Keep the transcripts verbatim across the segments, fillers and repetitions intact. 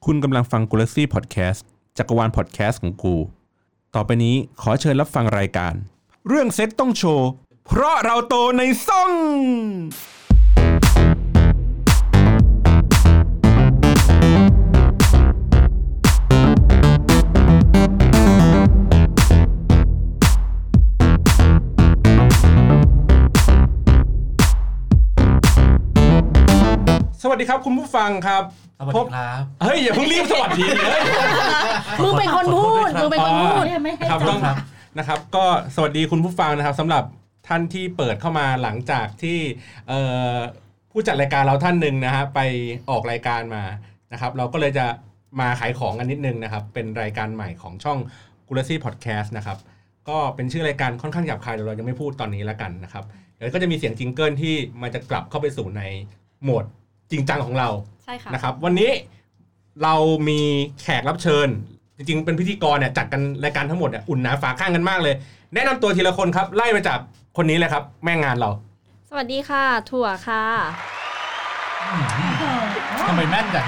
คุณกำลังฟังกูลักซี่พอดแคสต์จักรวาลพอดแคสต์ของกูต่อไปนี้ขอเชิญรับฟังรายการเรื่องเซ็กต้องโชว์เพราะเราโตในซ่องสวัสดีครับคุณผู้ฟังครับสวัสดีครับเฮ้ยอย่าเพิ่งรีบสวัสดีเลยมึงเป็นคนพูดมึงเป็นคนพูดครับต้องนะครับก็สวัสดีคุณผู้ฟังนะครับสำหรับท่านที่เปิดเข้ามาหลังจากที่ผู้จัดรายการเราท่านหนึ่งนะฮะไปออกรายการมานะครับเราก็เลยจะมาขายของกันนิดนึงนะครับเป็นรายการใหม่ของช่อง Gulacy Podcast นะครับก็เป็นชื่อรายการค่อนข้างหยาบคายเดี๋ยวเราจะไม่พูดตอนนี้แล้วกันนะครับเดี๋ยวก็จะมีเสียงจิงเกิลที่มันจะกลับเข้าไปสู่ในโหมดจริงจังของเราใช่ค่ะนะครับวันนี้เรามีแขกรับเชิญจริงๆเป็นพิธีกรเนี่ยจัดกันรายการทั้งหมดเนี่ยอุ่นหนาฝาข้างกันมากเลยแนะนำตัวทีละคนครับไล่มาจากคนนี้เลยครับแม่งานเราสวัสดีค่ะถั่วค่ะทำไมแม่นจัง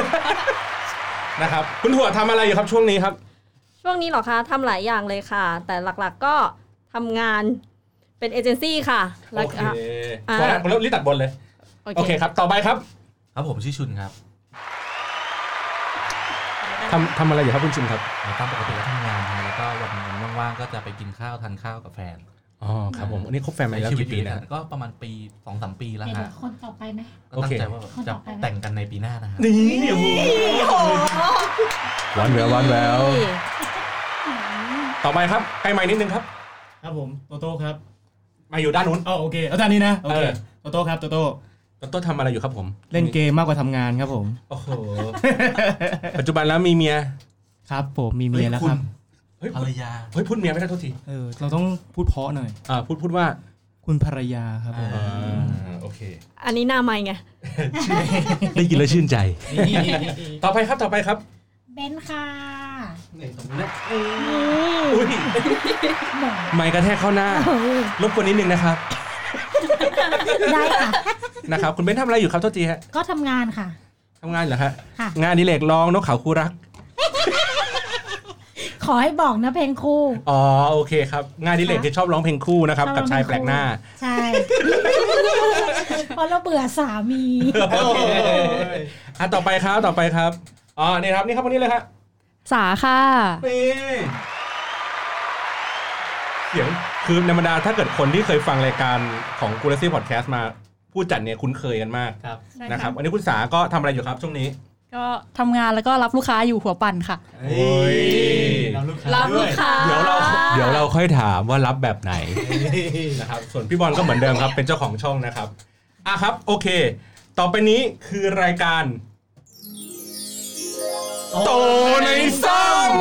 นะครับคุณถั่วทำอะไรอยู่ครับช่วงนี้ครับช่วงนี้เหรอคะทำหลายอย่างเลยค่ะแต่หลักๆก็ทำงานเป็นเอเจนซี่ค่ะโอเคพอแล้วผมเริ่มรีบตัดบนเลยโอเคครับต่อไปครับครับผมชื่อชุนครับทำทำอะไรอยู่ครับคุณชุนครับตามปกติก็ทำงานนะแล้วก็วันว่างๆก็จะไปกินข้าวทานข้าวกับแฟนอ๋อครับผมอันนี้คบแฟนมาแล้วกี่ปีนะก็ประมาณปี สองถึงสาม ปีแล้วฮะคนต่อไปไหมก็ตั้งใจว่าจะแต่งกันในปีหน้านะฮะนี่โอ้โหวันแวววันแววต่อไปครับใกล้ไมค์นิดนึงครับครับผมโตโต้ครับมาอยู่ด้านนู้นอ๋อโอเคเอาด้านนี้นะโอเคโตโต้ครับโตโต้โตโต้ทำอะไรอยู่ครับผมเล่นเกมมากกว่าทำงานครับผมโอ้โหปัจจุบันแล้วมีเมียครับผมมีเมียแล้วครับภรรยาเฮ้ยพูดเมียไม่ได้โทษทีเออเราต้องพูดเพราะหน่อยอ่าพูดพูดว่าคุณภรรยาครับผมอ่าโอเคอันนี้หน้าไมค์ไงได้ยินแล้วชื่นใจต่อไปครับต่อไปครับเบนค่ะนี่ตรงนี้อุ้ยไมค์กระแทกเข้าหน้ารบกวนนิดนึงนะครับได้ค่ะนะครับคุณเบนทำอะไรอยู่ครับโทษทีฮะก็ทำงานค่ะทำงานเหรอฮะงานดิเรกร้องนกเขาคู่รักขอให้บอกนะเพลงคู่อ๋อโอเคครับงานดิเรกคือชอบร้องเพลงคู่นะครับกับชายแปลกหน้าใช่เพราะเราเบื่อสามีโอเคอ่ะต่อไปครับต่อไปครับอ๋อนี่ครับนี่ครับวันนี้เลยครับสาค่ะนี่เสียงคือในบรรดาถ้าเกิดคนที่เคยฟังรายการของ Gulacy Podcast มาผู้จัดเนี่ยคุ้นเคยกันมากนะครับอันนี้คุณสาก็ทำอะไรอยู่ครับช่วงนี้ก็ทำงานแล้วก็รับลูกค้าอยู่หัวปั่นค่ะโอ้ยรับลูกค้าเดี๋ยวเราเดี๋ยวเราค่อยถามว่ารับแบบไหนนะครับส่วนพี่บอลก็เหมือนเดิมครับเป็นเจ้าของช่องนะครับอ่ะครับโอเคต่อไปนี้คือรายการโตในซ่อง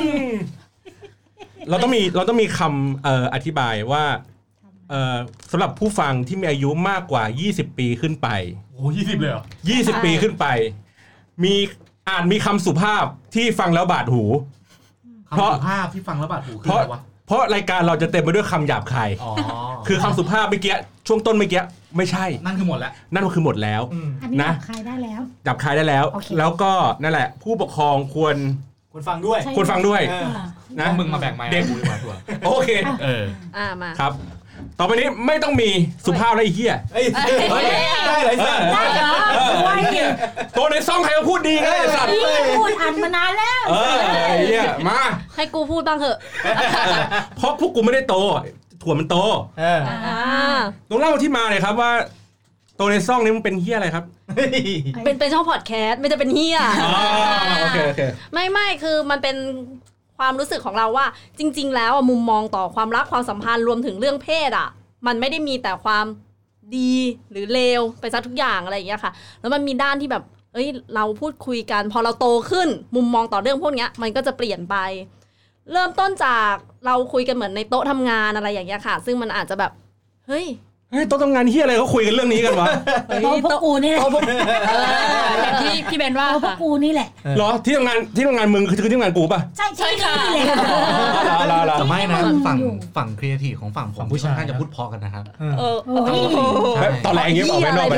เราต้องมีเราต้องมีคำเอ่ออธิบายว่าเอ่อสำหรับผู้ฟังที่มีอายุมากกว่ายี่สิบปีขึ้นไปโอ้ยี่สิบเลยเหรอยี่สิบปีขึ้นไปมีอ่านมีคำสุภาพที่ฟังแล้วบาดหูคำสุภาพที่ฟังแล้วบาดหูคืออะไรวะเพราะรายการเราจะเต็มไปด้วยคำหยาบคายอ๋อคือคำสุภาพเมื่อกี้ช่วงต้นเมื่อกี้ไม่ใช่นั่นคือหมดแล้วนั่นก็คือหมดแล้วนะหยาบคายได้แล้วหยาบคายได้แล้วแล้วก็นั่นแหละผู้ปกครองควรควรฟังด้วยควรฟังด้วยนะมึงมาแบ่งไมค์เด็กกูดีกว่าถั่วโอเคเอออ่ามาครับต่อไปนี้ไม่ต้องมีสุภาพอะไรเหี้ยได้เลยสัตว์ได้เหรอตัวในซ่องใครก็พูดดีไงสัตว์พูดอ่านมานานแล้วเออเหี้ยมาให้กูพูดบ้างเถอะเพราะพวกกูไม่ได้โตถั่วมันโตเออต้องเล่าที่มาเลยครับว่าตัวในซ่องนี้มันเป็นเหี้ยอะไรครับเป็นเป็นช่องพอดแคสต์ไม่ได้เป็นเหี้ยอ๋อโอเคโอเคไม่ไม่คือมันเป็นความรู้สึกของเราว่าจริงๆแล้วมุมมองต่อความรักความสัมพันธ์รวมถึงเรื่องเพศอ่ะมันไม่ได้มีแต่ความดีหรือเลวไปซะทุกอย่างอะไรอย่างเงี้ยค่ะแล้วมันมีด้านที่แบบเอ้ยเราพูดคุยกันพอเราโตขึ้นมุมมองต่อเรื่องพวกนี้มันก็จะเปลี่ยนไปเริ่มต้นจากเราคุยกันเหมือนในโต๊ะทำงานอะไรอย่างเงี้ยค่ะซึ่งมันอาจจะแบบเฮ้ยเฮ้ยโต๊ะทำงานเฮียอะไรเขาคุยกันเรื่องนี้กันวะโต๊ะพวกกูนี่แหละเอออย่างที่พี่เบนว่าโต๊ะพวกค่ะกูนี่แหละเหรอที่ทำงานที่ทำงานมึงคือที่ทำงานกูป่ะใช่ใช่ค่ะนี่แหละแต่ไม่นะอืมฝั่งอยู่ฝั่งครีเอทีฟของฝั่งผมค่อนข้างจะพูดพอกันนะครับเออโอ้ยใช่ตอนแรกอย่างเงี้ยบอกไม่นอกไป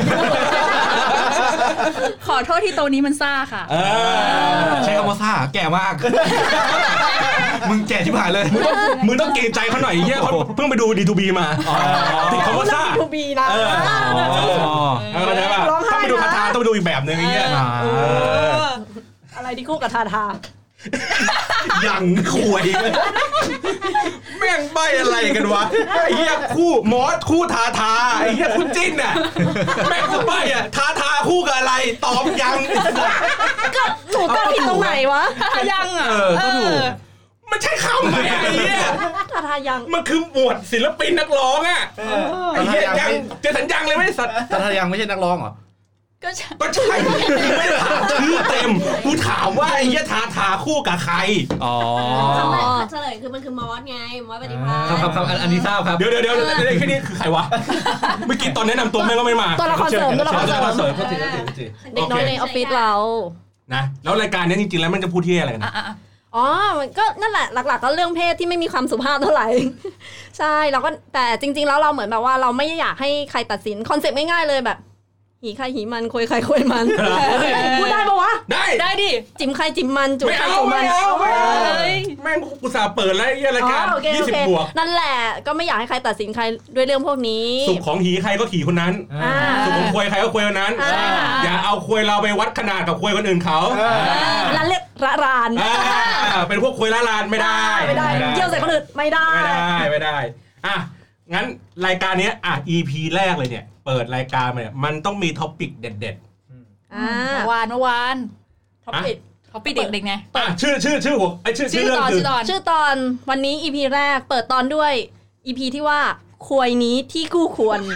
ขอโทษที่โตะนี้มันซ่าค่ะเออใช้คำว่าซ่าแก่มาก มึงแก่ชิบหายเลยมึงต้องมึงต้องเกรงใจเขาหน่อยเฮียเขาเพิ่งไปดู ดี ทู บี มาติดคำว่าซ่าทูบีนะเออเข้าใจป่ะต้องไปดูคาถาต้องไปดูอีกแบบนึงไอ้เงี้ยอะไรที่คู่กับทาทายังคุยแม่งใบอะไรกันวะไอ้เหี้ยคู่มอสคู่ทาทาไอ้เหี้ยคู่จิ้นน่ะแม่งจะใบอ่ะทาทาคู่กับอะไรตอบยังไอ้สัสก็หนูก็ผิดตรงไหนวะทายังอ่ะเออก็ถูกมันใช่คำไหมไอ้เหี้ยทาทายังมันคือหมวดศิลปินนักร้องอ่ะไอ้เหี้ยยังเจสัญญังเลยไม่สัตว์แต่ถ้ายังไม่ใช่นักร้องเหรอก็ใช่ก็ใช่ไม่ได้ถามชื่อเต็มกูถามว่าไอ้เหี้ยทาทาคู่กับใครอ๋อทำไมเฉลยคือมันคือมอสไงมอสปฏิภาณครับครับครับอันอันนี้ทราบครับเดี๋ยวเดี๋ยวเดี๋ยวเดี๋ยวแค่นี้คือใครวะเมื่อกี้ตอนแนะนำตัวแม่งก็ไม่มาตัวละครเสริมตัวละครเสริมเสริมก็จริงก็จริงก็จริงเด็กน้อยในออฟฟิศเรานะแล้วรายการนี้จริงๆแล้วมันจะพูดที่อะไรกันนะอ่ะอ๋อ มันก็นั่นแหละหลักๆก็เรื่องเพศที่ไม่มีความสุภาพเท่าไหร่ ใช่แล้วก็แต่จริงๆแล้วเราเหมือนแบบว่าเราไม่อยากให้ใครตัดสินคอนเซ็ปต์ง่ายๆเลยแบบหีใครหีมันคุยใครคุยมันพูดได้ปะวะได้ได้ดิจิ้มใครจิ้มมันจุ๊บไม่ใครเอาจุ๊บมัไม่นเอาไม่เอาเฮ้ยแม่งกูสาเปิดแล้วไอ้เหี้ยรายการอ๋อโอเคยี่โอสิบเคบวกนั่นแหละก็ไม่อยากให้ใครตัดสินใครด้วยเรื่องพวกนี้สุขของหีใครก็ขี่คนนั้นอ่าสุขของควยใครก็ควยคนนั้นอ่าอย่าเอาควยเราไปวัดขนาดกับควยคนอื่นเขาร้านเรียกระรานอ่าเป็นพวกควยละลานไม่ได้ไม่ได้เยี่ยวใส่คนอื่นไม่ได้ไม่ได้ไม่ได้อ่ะงั้นรายการเนี้ยอ่ะ อี พี แรกเลยเนี่ยเปิดรายการมาเนี่ยมันต้องมีท็อปิกเด็ดอ่าเมื่อวานเมื่อวานท็อปปิดท็อปปิดเด็กๆไงๆอ่ะชื่อชื่อชื่อหัวไอชื่อชื่อเรื่องคือชื่อตอนชื่อตอนวันนี้ อี พี แรกเปิดตอนด้วย อี พี ที่ว่าควยนี้ที่คู่ควร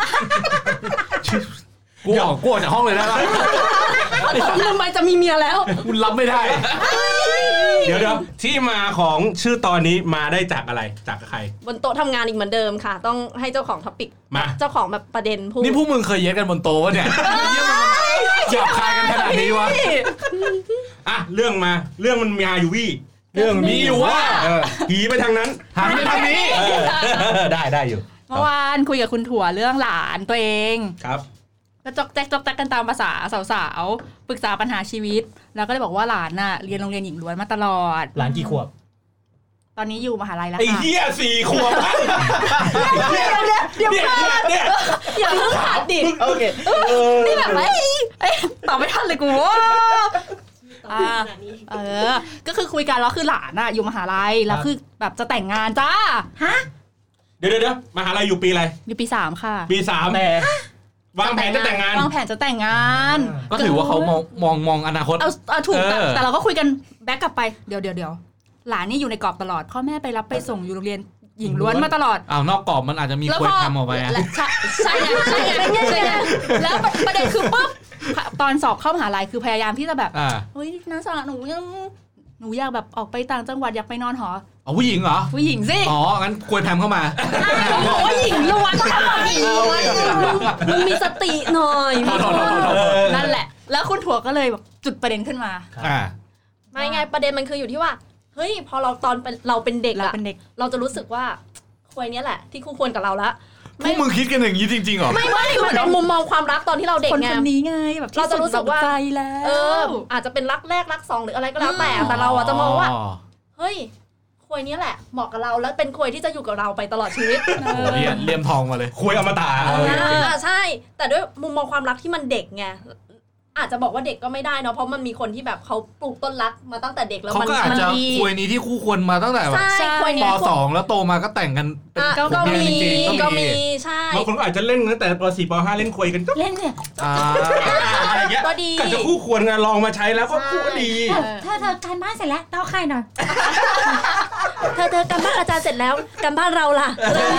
กูออกกูออกจากห้องเลยได้ปะทำไมจะมีเมียแล้วกูรับไม่ได้เดี๋ยวเดี๋ยวที่มาของชื่อตอนนี้มาได้จากอะไรจากใครบนโต๊ะทำงานอีกเหมือนเดิมค่ะ ต้องให้เจ้าของท็อปิกมาเจ้าของแบบประเด็นพูดนี่พวกมึงเคยเย็ดกันบนโต๊ะวะเนี่ยหยาบคายกันขนาดนี้วะอ่ะเรื่องมาเรื่องมันมีอยู่วี่เรื่องมีอยู่ว่าเออผีไปทางนั้นหันไปทางนี้เออได้ได้อยู่เมื่อวานคุยกับคุณถั่วเรื่องหลานตัวเองครับก็จอกแจ๊กจอกแจ๊กกันตามภาษาสาวๆปรึกษาปัญหาชีวิต แล้วก็เลยบอกว่าหลานน่ะเรียนโรงเรียนหญิงล้วนมาตลอดหลานกี่ขวบตอนนี้อยู่มหาลัยแล้วไอ้ค่ะเหี้ยสี่ขวบเดี๋ยวเดี๋ยวเดี๋ยวเนี่ยอย่าเพิ่งขาดดิโอเคนี่แบบเอ้ยเอ้ยตอบไม่ทันเลยกูอ่าเออ ก็คือคุยกันแล้วคือหลานน่ะอยู่มหาลัยแล้วคือแบบจะแต่งงานจ้าเดี๋ยวเดี๋ยวเดี๋ยวมหาลัยอยู่ปีอะไรอยู่ปีสามค่ะปีสามแต่วางแผนจะแต่งงานวางแผนจะแต่งงานก็ถือว่าเขามองมองมองอนาคตเอาเอาถูกแต่เออแต่เราก็คุยกันแบ็กกลับไปเดี๋ยวเดี๋ยวเดี๋ยวหลานนี่อยู่ในกรอบตลอดพ่อแม่ไปรับไปส่งอยู่โรงเรียนหญิงล้วนมาตลอดอ้าวนอกกรอบมันอาจจะมีควยทำออกไปอะและใช่ใช่ไงใช่ไงใช่ไงแล้วประเด็นคือปุ๊บตอนสอบเข้ามหาลัยคือพยายามที่จะแบบอ่าเฮ้ยนักศึกษาหนูยังหนูอยากแบบออกไปต่างจังหวัดอยากไปนอนหอเอาผู้หญิงเหรอผู้หญิงสิอ๋อ งั้นควยแพมเข้ามาโอ้ยหญิงล้วนทำไมมึงมีสติหน่อยโทษโทษโทษโทษนั่นแหละ แล้วคุณถั่วก็เลยแบบจุดประเด็นขึ้นมาอ่าไม่ไงประเด็นมันคืออยู่ที่ว่าเฮ้ยพอเราตอนเป็นเราเป็นเด็กเราอะเป็นเด็กเราจะรู้สึกว่าควยเนี้ยแหละที่คู่ควรกับเราละพวกมึงคิดกันอย่างนี้จริงๆเหรอไม่ไม่มันเป็นมุมมองความรักตอนที่เราเด็กคนไงคนนี้ไงแบบเราจะรู้สึกว่าใจแล้วเอออาจจะเป็นรักแรกรักสองหรืออะไรก็แล้วแต่แต่เราอะจะมองว่าเฮ้ยควยเนี้ยแหละเหมาะกับเราแล้วเป็นควยที่จะอยู่กับเราไปตลอดชีวิตโอ้โหเรียนเรียมทองมาเลยคุยอมตะอ่าใช่ แต่ด้วยมุมมองความรักที่มันเด็กไงอาจจะบอกว่าเด็กก็ไม่ได้เนาะเพราะมันมีคนที่แบบเขาปลูกต้นรักมาตั้งแต่เด็กแล้วเขามันก็อาจมันจะดีควยนี้ที่คู่ควรมาตั้งแต่แบบใช่ควยปเนี้ยสองแล้วโตมาก็แต่งกันเป็นอ่ะก็ก็มีจริงๆก็ก็มีมีใช่บางคนก็อาจจะเล่นตั้งแต่ปสี่ปห้าเล่นคุยกันก็เล่นเนี่ยอ่าอะไรเงี้ยก็ดีก็จะคู่ควรไงลองมาใช้แล้วก็คู่ก็ดีเธอเธอการบ้านเสร็จแล้วเต้าไข่หน่อยเธอเธอการบ้านอาจารย์เสร็จแล้วการบ้านเราล่ะ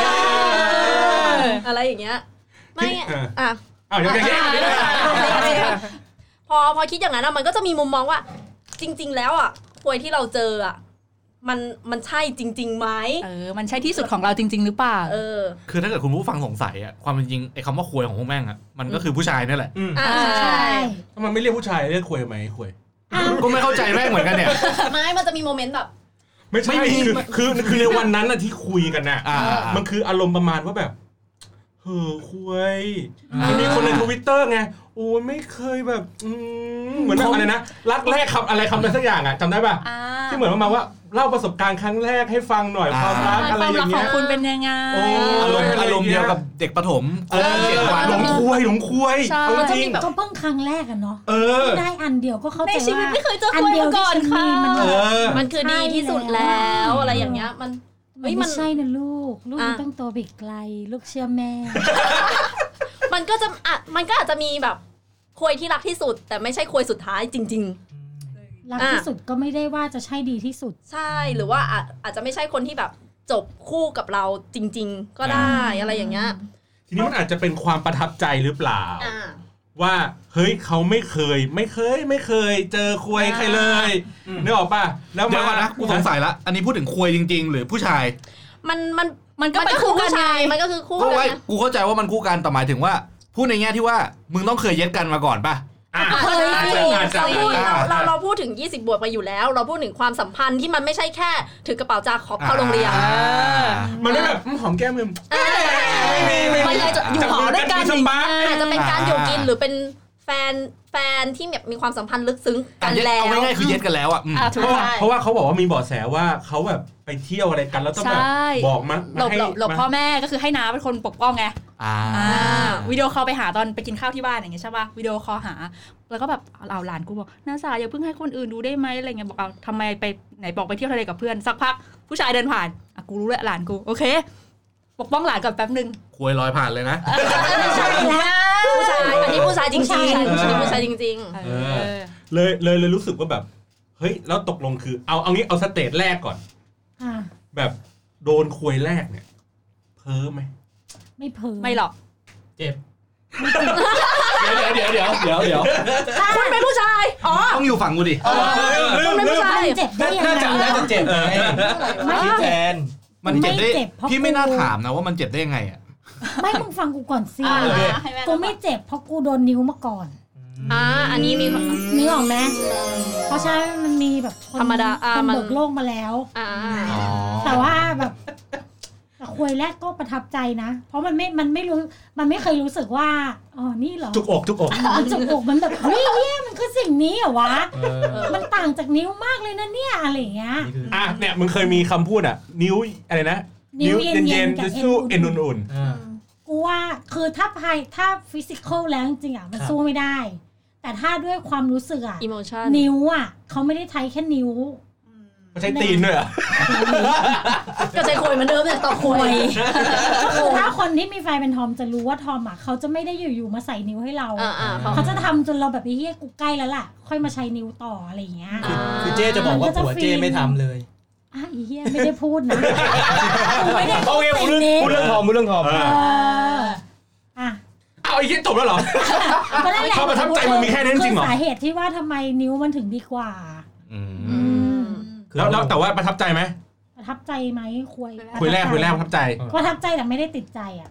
อะไรอย่างเงี้ยไม่อ่ะอ้าวอย่างเงี้ยพอพอคิดอย่างนั้นอะมันก็จะมีมุมมองว่า จริง ๆ แล้วอ่ะควยที่เราเจออ่ะมันมันใช่จริงๆไหมเออมันใช่ที่สุดของเราจริงๆหรือเปล่าเออคือถ้าเกิดคุณผู้ฟังสงสัยอ่ะความเป็นจริงไอ้คำว่าควยของพวกแม่งอ่ะมันก็คือผู้ชายนี่แหละอ่าใช่ทำไมไม่เรียกผู้ชายเรียกควยไหมควยก็ไม่เข้าใจแม่งเหมือนกันเนี่ยไม่มันจะมีโมเมนต์แบบไม่ใช่คือคือคือในวันนั้นน่ะที่คุยกันน่ะมันคืออารมณ์ประมาณว่าแบบเฮ้อคุยมันมีคนใน Twitter ไงโอ้ไม่เคยแบบเหมือนอะไรนะรักแรกคำอะไรคำอะไรสักอย่างอ่ะจำได้ป่ะที่เหมือนประมาณว่าเล่าประสบการณ์ครั้งแรกให้ฟังหน่อยความรักอะไรอย่างเงี้ยความรักของคุณเป็นยังไงอารมณ์อารมณ์เดียวกับเด็กประถมเจ็ดวันหลงคุยหลงคุยจริงก็เพิ่งครั้งแรกอะเนาะได้อันเดียวก็เข้าใจว่าในชีวิตไม่เคยเจอคุยมาก่อนค่ะมันคือดีที่สุดแล้วอะไรอย่างเงี้ยมันไม่ใช่นะลูกลูกต้องโตไปไกลลูกเชื่อแม่มันก็จะอ่ะมันก็อาจจะมีแบบควยที่รักที่สุดแต่ไม่ใช่ควยสุดท้ายจริงๆรักที่สุดก็ไม่ได้ว่าจะใช่ดีที่สุดใช่หรือว่าอาจจะไม่ใช่คนที่แบบจบคู่กับเราจริงๆก็ได้อะไรอย่างเงี้ยทีนี้มันอาจจะเป็นความประทับใจหรือเปล่าว่าเฮ้ยเขาไม่เคยไม่เคยไม่เคยเจอควยใครเลยนึกออกป่ะแล้วมานะกูสงสัยละอันนี้พูดถึงควยจริงๆหรือผู้ชายมันมันมันก็เป็นคู่กันไงมันก็คือคู่กันนะกูเข้าใจว่ามันคู่กันแต่หมายถึงว่าพูดในแง่ที่ว่ามึงต้องเคยเย็ดกันมาก่อนป่ะเคยเราเราพูดถึงยี่สิบบวกไปอยู่แล้วเราพูดถึงความสัมพันธ์ที่มันไม่ใช่แค่ถือกระเป๋าจาขอบเข้าโรงเรียนมันไม่แบบหอมแก้มมึงไม่มีไม่มีอยู่หอด้วยกันอาจจะเป็นการอยู่กินหรือเป็นแฟนแฟนที่แบบมีความสัมพันธ์ลึกซึ้งกันแล้วเอาง่ายๆคือเย็ดกันแล้วอ่ะเพราะว่าเขาบอกว่ามีเบาะแสว่าเขาแบบไปเที่ยวอะไรกันแล้วต้องแบบบอกมาหลบหลบพ่อแม่ก็คือให้น้าเป็นคนปกป้องไงวิดีโอคอลไปหาตอนไปกินข้าวที่บ้านอย่างเงี้ยใช่ป่ะวิดีโอคอลหาแล้วก็แบบเอาหลานกูบอกน้าสาวอย่าเพิ่งให้คนอื่นดูได้ไหมอะไรเงี้ยบอกเอาทำไมไปไหนบอกไปเที่ยวทะเลกับเพื่อนสักพักผู้ชายเดินผ่านอ่ะกูรู้แล้วหลานกูโอเคปกป้องหลานก่อนแป๊บนึงคุยลอยผ่านเลยนะใช่แล้วผู้ชายอันนี้ผู้ชายจริงๆผู้ชายจริงๆเลยเลยเลยรู้สึกว่าแบบเฮ้ยแล้วตกลงคือเอาเอางี้เอาสเตจแรกก่อนแบบโดนคุยแรกเนี่ยเพ้อไหมไม่เพ้อไม่หรอกเจ็บเดี๋ยวเดี๋ยวเดี๋ยวเดี๋ยวคุณเป็นผู้ชายอ๋อต้องอยู่ฝั่งกูดิคุณเป็นผู้ชายเจ็บได้ยังไงน่าจะน่าจะเจ็บไม่แทนมันเจ็บได้พี่ไม่น่าถามนะว่ามันเจ็บได้ยังไงอ่ะไม่มึงฟังกูก่อนสิกูไม่เจ็บเพราะกูโดนนิ้วมาก่อนอ่าอันนี้มีนึกออกไหมเพราะฉะนั้นมันมีแบบธรรมดาคนเบิกโลกมาแล้วแต่ว่าแบบแต่คุยแรกก็ประทับใจนะเพราะมันไม่มันไม่รู้มันไม่เคยรู้สึกว่าอ๋อนี่เหรอจุกอกจุกอกจุกอกมันแบบเฮ้ยเนี่ยมันคือสิ่งนี้เหรอวะมันต่างจากนิ้วมากเลยนะเนี่ยอะไรอย่างเงี้ยอ่ะเนี่ยมึงเคยมีคำพูดอ่ะนิ้วอะไรนะนิ้วเย็นๆจะสู้เอ็นอุ่นๆกูว่าคือถ้าภายถ้าฟิสิกอลแล้วจริงๆอ่ะมันสู้ไม่ได้แต่ถ้าด้วยความรู้สึกอ่ะนิ้วอ่ะเขาไม่ได้ใช้แค่นิ้วเขาใช้ตีนด้วยอ่ะก็ใช้คุยเหมือนเดิมแต่ต่อคุยก็คือถ้าคนที่มีแฟนเป็นทอมจะรู้ว่าทอมอ่ะเขาจะไม่ได้อยู่ๆมาใส่นิ้วให้เราเขาจะทำจนเราแบบไอ้เหี้ยกูใกล้แล้วล่ะค่อยมาใช้นิ้วต่ออะไรอย่างเงี้ยคือเจ๊จะบอกว่าผัวเจ๊ไม่ทำเลยอ่ะไอ้เหี้ยไม่ได้พูดนะไม่ได้พูดพูดเรื่องทอมพูดเรื่องทอมอ่ะเอาไอ้เหี้ยจบแล้วเหรอเขาประทับใจมันมีแค่นั้นจริงเหรอสาเหตุที่ว่าทำไมนิ้วมันถึงดีกว่าแล้วแล้วแต่ว่าประทับใจไหมประทับใจไหมคุยคุยแรกคุยแรกประทับใจประทับใจแต่ไม่ได้ติดใจอ่ะ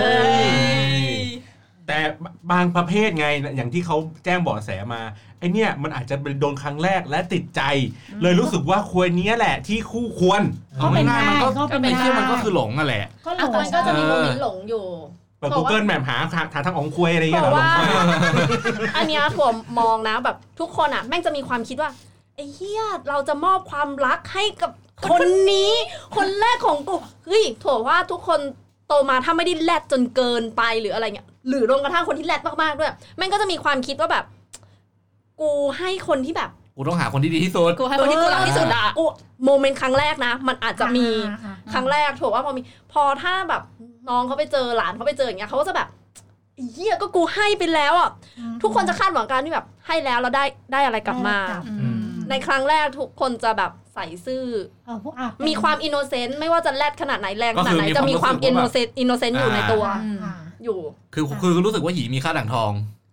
แต่บางประเภทไงอย่างที่เขาแจ้งเบาะแสมาไอเนี้ยมันอาจจะเป็นโดนครั้งแรกและติดใจเลยรู้สึกว่าควรนี้แหละที่คู่ควรก็เป็นง่ายมันก็เป็นที่มันก็คือหลงนั่นแหละก็หลงมันก็จะมีโมเมนต์หลงอยู่เปิด Google แมปหาหาทางของคุยอะไรอย่างเงี้ยหรออันเนี้ยถั่วมองนะแบบทุกคนอ่ะแม่งจะมีความคิดว่าไอ้เหี้ยเราจะมอบความรักให้กับคนนี้คนแรกของกูเฮ้ยถั่วว่าทุกคนโตมาถ้าไม่ได้แลดจนเกินไปหรืออะไรเงี้ยหรือรวมกระทั่งคนที่แลดมากๆด้วยแม่งก็จะมีความคิดว่าแบบกูให้คนที่แบบกูต้องหาคนที่ดีที่สุดกูให้คนที่กูรักที่สุดอ่ะกูโมเมนต์ครั้งแรกนะมันอาจจะมีครั้งแรกถั่วว่าพอมีพอถ้าแบบน้องเขาไปเจอหลานเขาไปเจออย่างเงี้ยเขาก็จะแบบเหี้ยก็กูให้ไปแล้วอ่ะทุกคนจะคาดหวังการที่แบบให้แล้วแล้วได้ได้อะไรกลับมาในครั้งแรกทุกคนจะแบบใส่ซื่อมีความอินโนเซนต์ไม่ว่าจะแลดขนาดไหนแรงขนาดไหนจะมีความอินโนเซนต์อินโนเซนต์อยู่ในตัวอยู่คือคือรู้สึกว่าหยีมีค่าด่างทอง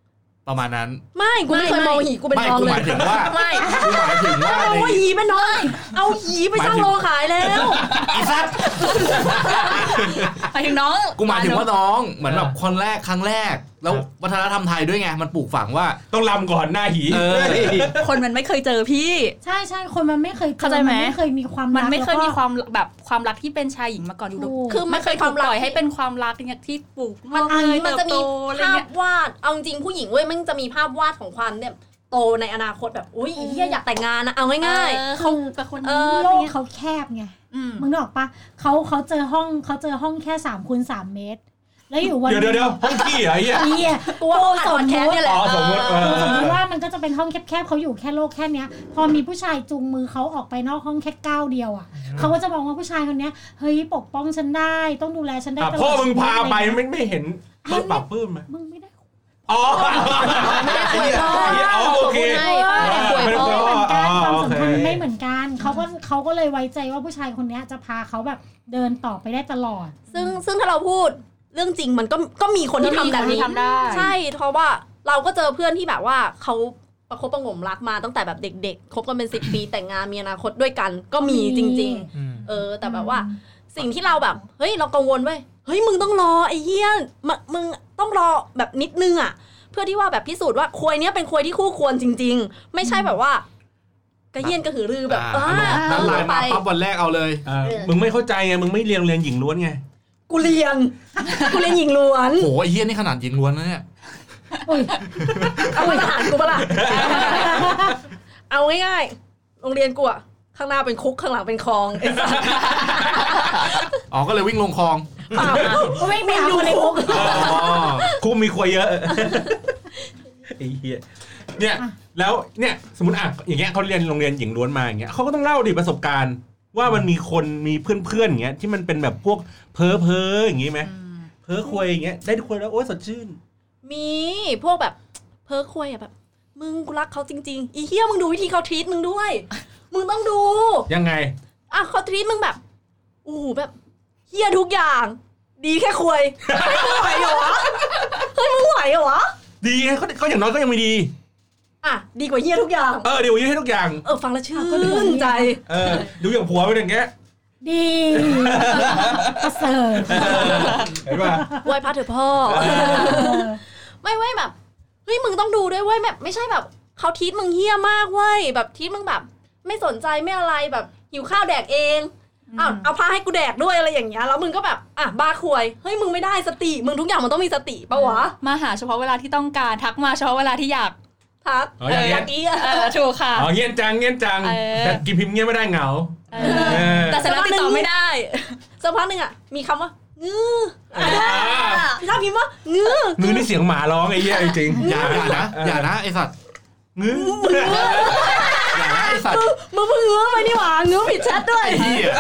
ประมาณนั้นไม่กูไม่เคยมองหีกูเป็นน้องเลยไม่กูหมายถึงว่าไม่กูหมายถึงว่าเอาหีเป็นน้องเอาหีไปสร้างโลขายแล้วไอ้สัสหมายถึงน้องกูหมายถึงว่าน้องเหมือนแบบคนแรกครั้งแรกแล้ววัฒนธรรมไทยด้วยไงมันปลูกฝังว่าต้องรำก่อนหน้าหีคนมันไม่เคยเจอพี่ใช่ใช่คนมันไม่เคยเข้าใจไหมไม่เคยมีความมันไม่เคยมีความแบบความรักที่เป็นชายหญิงมาก่อนอยู่คือไม่เคยถูกปล่อยให้เป็นความรักอย่างที่ปลูกมันมันจะมีภาพวาดเอาจริงผู้หญิงเว้ยมันจะมีภาพวาดของความเนี่ยโตในอนาคตแบบอุ้ยเฮียอยากแต่งงานนะเอาง่ายๆเขาเป็นคนโลกเขาแคบไงมึงนึกออกปะเขาเขาเจอห้องเขาเจอห้องแค่สามคูณสามเมตรแล้วอยู่วันเดี๋ยวเดี๋ยวห้องขี้เหรอไอ้เหี้ยเหี้ยตัวสมแค่เนี่ยแหละสมมติสมมติว่ามันก็จะเป็นห้องแคบๆเขาอยู่แค่โลกแค่เนี้ยพอมีผู้ชายจูงมือเขาออกไปนอกห้องแค่ก้าวเดียวอ่ะเขาก็จะมองว่าผู้ชายคนนี้เฮ้ยปกป้องฉันได้ต้องดูแลฉันได้ตลอดพ่อมึงพาไปไม่ไม่เห็นเพิ่มปรับเพิ่มไหมมึงไม่ได้อ๋อไม่ได้คุยพ่อโอเคไม่เหมือนกันความสัมพันธ์ไม่เหมือนกันเขาก็เขาก็เลยไว้ใจว่าผู้ชายคนนี้จะพาเขาแบบเดินต่อไปได้ตลอดซึ่งซึ่งถ้าเราพูดเรื่องจริงมันก็ก็มีคนที่ทำแบบนี้ใช่เพราะว่าเราก็เจอเพื่อนที่แบบว่าเขาประคบประงมรักมาตั้งแต่แบบเด็กๆคบกันเป็นสิบปีแต่งงานมีอนาคตด้วยกันก็มีจริงๆเออแต่แบบว่าสิ่งที่เราแบบเฮ้ยเรากังวลเว้ยเฮ้ยมึงต้องรอไอ้เหี้ยมึงต้องรอแบบนิดนึงอ่ะเพื่อที่ว่าแบบพิสูจน์ว่าควยเนี้ยเป็นควยที่คู่ควรจริงๆไม่ใช่แบบว่ากระเยียนกระหือรือแบบอ่านั่นไลน์มาปั๊บวันแรกเอาเลยมึงไม่เข้าใจไงมึงไม่เรียนเรียนหญิงล้วนไงกูเรียนกูเรียนหญิงล้วนโหไอ้เหี้ยนี่ขนาดหญิงล้วนนะเนี่ยเอามาตรฐานกูปะล่ะเอาง่ายๆโรงเรียนกูอะข้างหน้าเป็นคุกข้างหลังเป็นคลองไอ้สัสอ๋อก็เลยวิ่งลงคลองวิ่งไปดูในคุกคุกมีควยเยอะไอ้เหี้ยเนี่ยแล้วเนี่ยสมมติอ่ะอย่างเงี้ยเขาเรียนโรงเรียนหญิงล้วนมาอย่างเงี้ยเขาก็ต้องเล่าดิประสบการณ์ว่ามันมีคนมีเพื่อนๆอย่างเงี้ยที่มันเป็นแบบพวกเพ้อเพ้ออย่างงี้ไหมเพ้อควยอย่างเงี้ยได้คุยแล้วโอ๊ยสดชื่นมีพวกแบบเพ้อควยอะแบบมึงกูรักเขาจริงๆอีเหี้ยมึงดูวิธีเขาทรีตมึงด้วยมึงต้องดูยังไงอ่ะเขาทรีตมึงแบบอู้หูแบบเหี้ยทุกอย่างดีแค่ควยมึงไหวเหรอวะเฮ้ยมึงไหวเหรอวะดีเขาเขาอย่างน้อยก็ยังไม่ดีอ่ะดีกว่าเหี้ยทุกอย่างเออดีกว่าเหี้ยทุกอย่างเออฟังแล้วชื่นใจเออดูอย่างผัวเป็นอย่างเงี้ยดีประเสริฐเห็นป่ะไหว้พระเถอะพ่อไม่เว้ยแบบเฮ้ยมึงต้องดูด้วยเว้ยแบบไม่ใช่แบบเขาทีทมึงเหี้ยมากเว้ยแบบทีทมึงแบบไม่สนใจไม่อะไรแบบหิวข้าวแดกเองอ้าวเอาพาให้กูแดกด้วยอะไรอย่างเงี้ยแล้วมึงก็แบบอ่ะบ้าควยเฮ้ยมึงไม่ได้สติมึงทุกอย่างมันต้องมีสติป่ะวะมาหาเฉพาะเวลาที่ต้องการทักมาเฉพาะเวลาที่อยากทักอ๋ออย่างนี้เออถูกค่ะอ๋อเงี้ยจังเงี้ยจังแต่กินพิมพ์เงี้ยไม่ได้เหงาแต่เสร็จแล้วติดต่อไม่ได้สักพักนึงอ่ะมีคำว่างื้อถ้าพิมพ์ว่างื้องื้อนี่เสียงหมาร้องไอ้เหี้ยจริงอย่านะอย่านะไอ้สัตว์งื้ออย่านะไอ้สัตว์มึงเพิ่งงื้อไปนี่หว่างื้อผิดแชทด้วย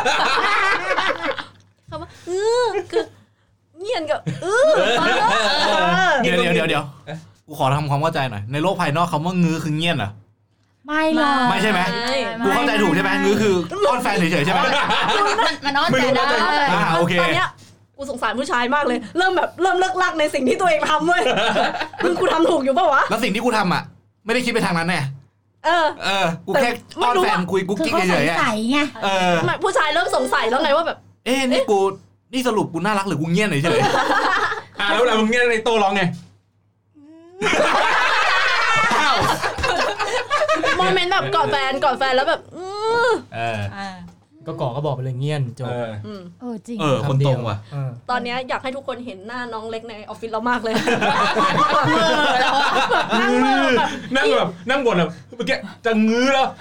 คำว่างื้อคือเงียนกับเออเดี๋ยวเดี๋ยวเดี๋ยวเดี๋ยวกูขอทำความเข้าใจหน่อยในโลกภายนอกคำว่างื้อคือเงียนเหรอไม่หรอกไม่ใช่ไหมกูเข้าใจถูกใช่ไหมงื้อคืออ้อนแฟนเฉยๆใช่ไหมมันอ้อนแฟนได้โอเคตอนเนี้ยกูสงสารผู้ชายมากเลยเริ่มแบบเริ่มเลิกลักในสิ่งที่ตัวเองทำเว้ยมึงกูทำถูกอยู่ป่าววะแล้วสิ่งที่กูทำอ่ะไม่ได้คิดไปทางนั้นแน่เออเออกูแค่อ้อนแฟนคุยกูกิ๊กเฉยๆใส่ไงเออผู้ชายเริ่มสงสัยแล้วไงว่าแบบเอ๊ะนี่กูนี่สรุปกูน่ารักหรือกูเงี้ยนเฉยๆอ่ะแล้วเวลามึงเงี้ยในโต้ร้องไงโมเมนต์แบบกอดแฟนกอดแฟนแล้วแบบเออก็ก่อก็บอกไปเลยเงี้ยนจบเออจริงเออคนตรงว่ะตอนนี้อยากให้ทุกคนเห็นหน้าน้องเล็กในออฟฟิศเรามากเลยนั่งมือนั่งแบบนั่งบ่นแบบเมื่อกี้จะงื้อแล้ว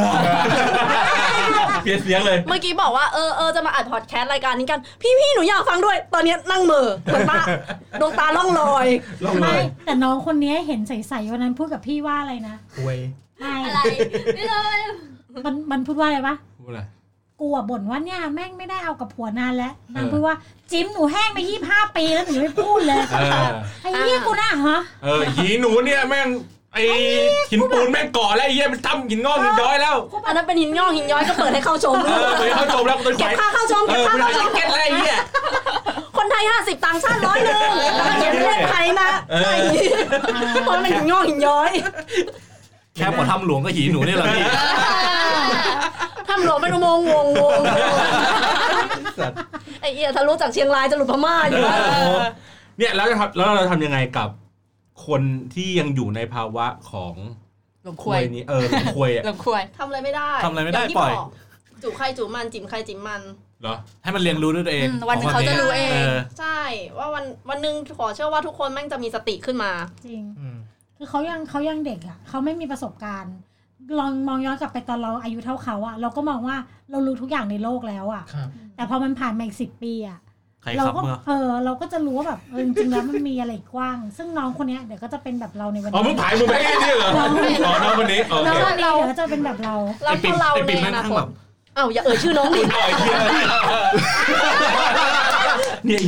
เปลี่ยนเสียงเลยเมื่อกี้บอกว่าเออเออจะมาอัดพอดแคสต์รายการนี้กันพี่พี่หนูอยากฟังด้วยตอนนี้นั่งมือเหมือนตาดวงตาล่องลอยไม่แต่น้องคนนี้เห็นใสๆวันนั้นพูดกับพี่ว่าอะไรนะคุยไม่อะไรไม่เลยมันมันพูดว่าอะไรปะพูดอะไรกูอ่ะบ่นว่าเนี่ยแม่งไม่ได้เอากับผัวนานแล้วนางพูดว่าจิ้มหนูแห้งไปยี่สิบห้าปีแล้วหนูไม่พูดเลยไอ้เหี้ยกูน่ะฮะเออหีหนูเนี่ยแม่งไอ้หินปูนแม่งก่อแล้วไอ้เหี้ยมันทำหินงอกหินย้อยแล้วอันนั้นเป็นหินงอกหินย้อยก็เปิดให้เข้าชมเออเปิดให้เข้าชมแล้วเก็บค่าเข้าชมเก็บค่าเข้าชมเก็บอะไรไอ้เหี้ยคนไทยห้าสิบต่างชาติร้อยหนึ่งแล้วก็เขียนเลขไทยนะใช่เพราะมันหินงอกหินย้อยแค่พอทำหลวงก็หีหนูนี่แหละพี่ทำหลวงเป็นอุโมงค์วงวงไอ้เหี้ยถ้ารู้จากเชียงรายจะหลุดพม่าอยู่แล้วเนี่ยแล้วจะทำแล้วเราทำยังไงกับคนที่ยังอยู่ในภาวะของหลงควยนี้เออหลงควยอ่ะหลงควยทำอะไรไม่ได้ทำอะไรไม่ได้ปล่อยจู่ใครจู่มันจิ้มใครจิ้มมันเหรอให้มันเรียนรู้ด้วยตัวเองวันนึงเขาจะรู้เองใช่ว่าวันวันนึงขอเชื่อว่าทุกคนแม่งจะมีสติขึ้นมาจริงคือเขายังเขายังเด็กอ่ะเขาไม่มีประสบการณ์ลองมองย้อนกลับไปตอนเราอายุเท่าเขาอ่ะเราก็มองว่าเรารู้ทุกอย่างในโลกแล้วอ่ะแต่พอมันผ่านมาอีกสิบปีอ่ะเราก็เออเราก็จะรู้ว่าแบบจริงๆแล้วมันมีอะไรกว้างซึ่งน้องคนนี้เดี๋ยวก็จะเป็นแบบเราในวันนี้อ๋อมึงผายมึงไปแค่นี้เหรออ๋อน้องคนนี้โอเคเราเดี๋ยวจะเป็นแบบเราเราพอเราในอนาคตอ้าวอย่าเอ่ยชื่อน้องดิเนี่ย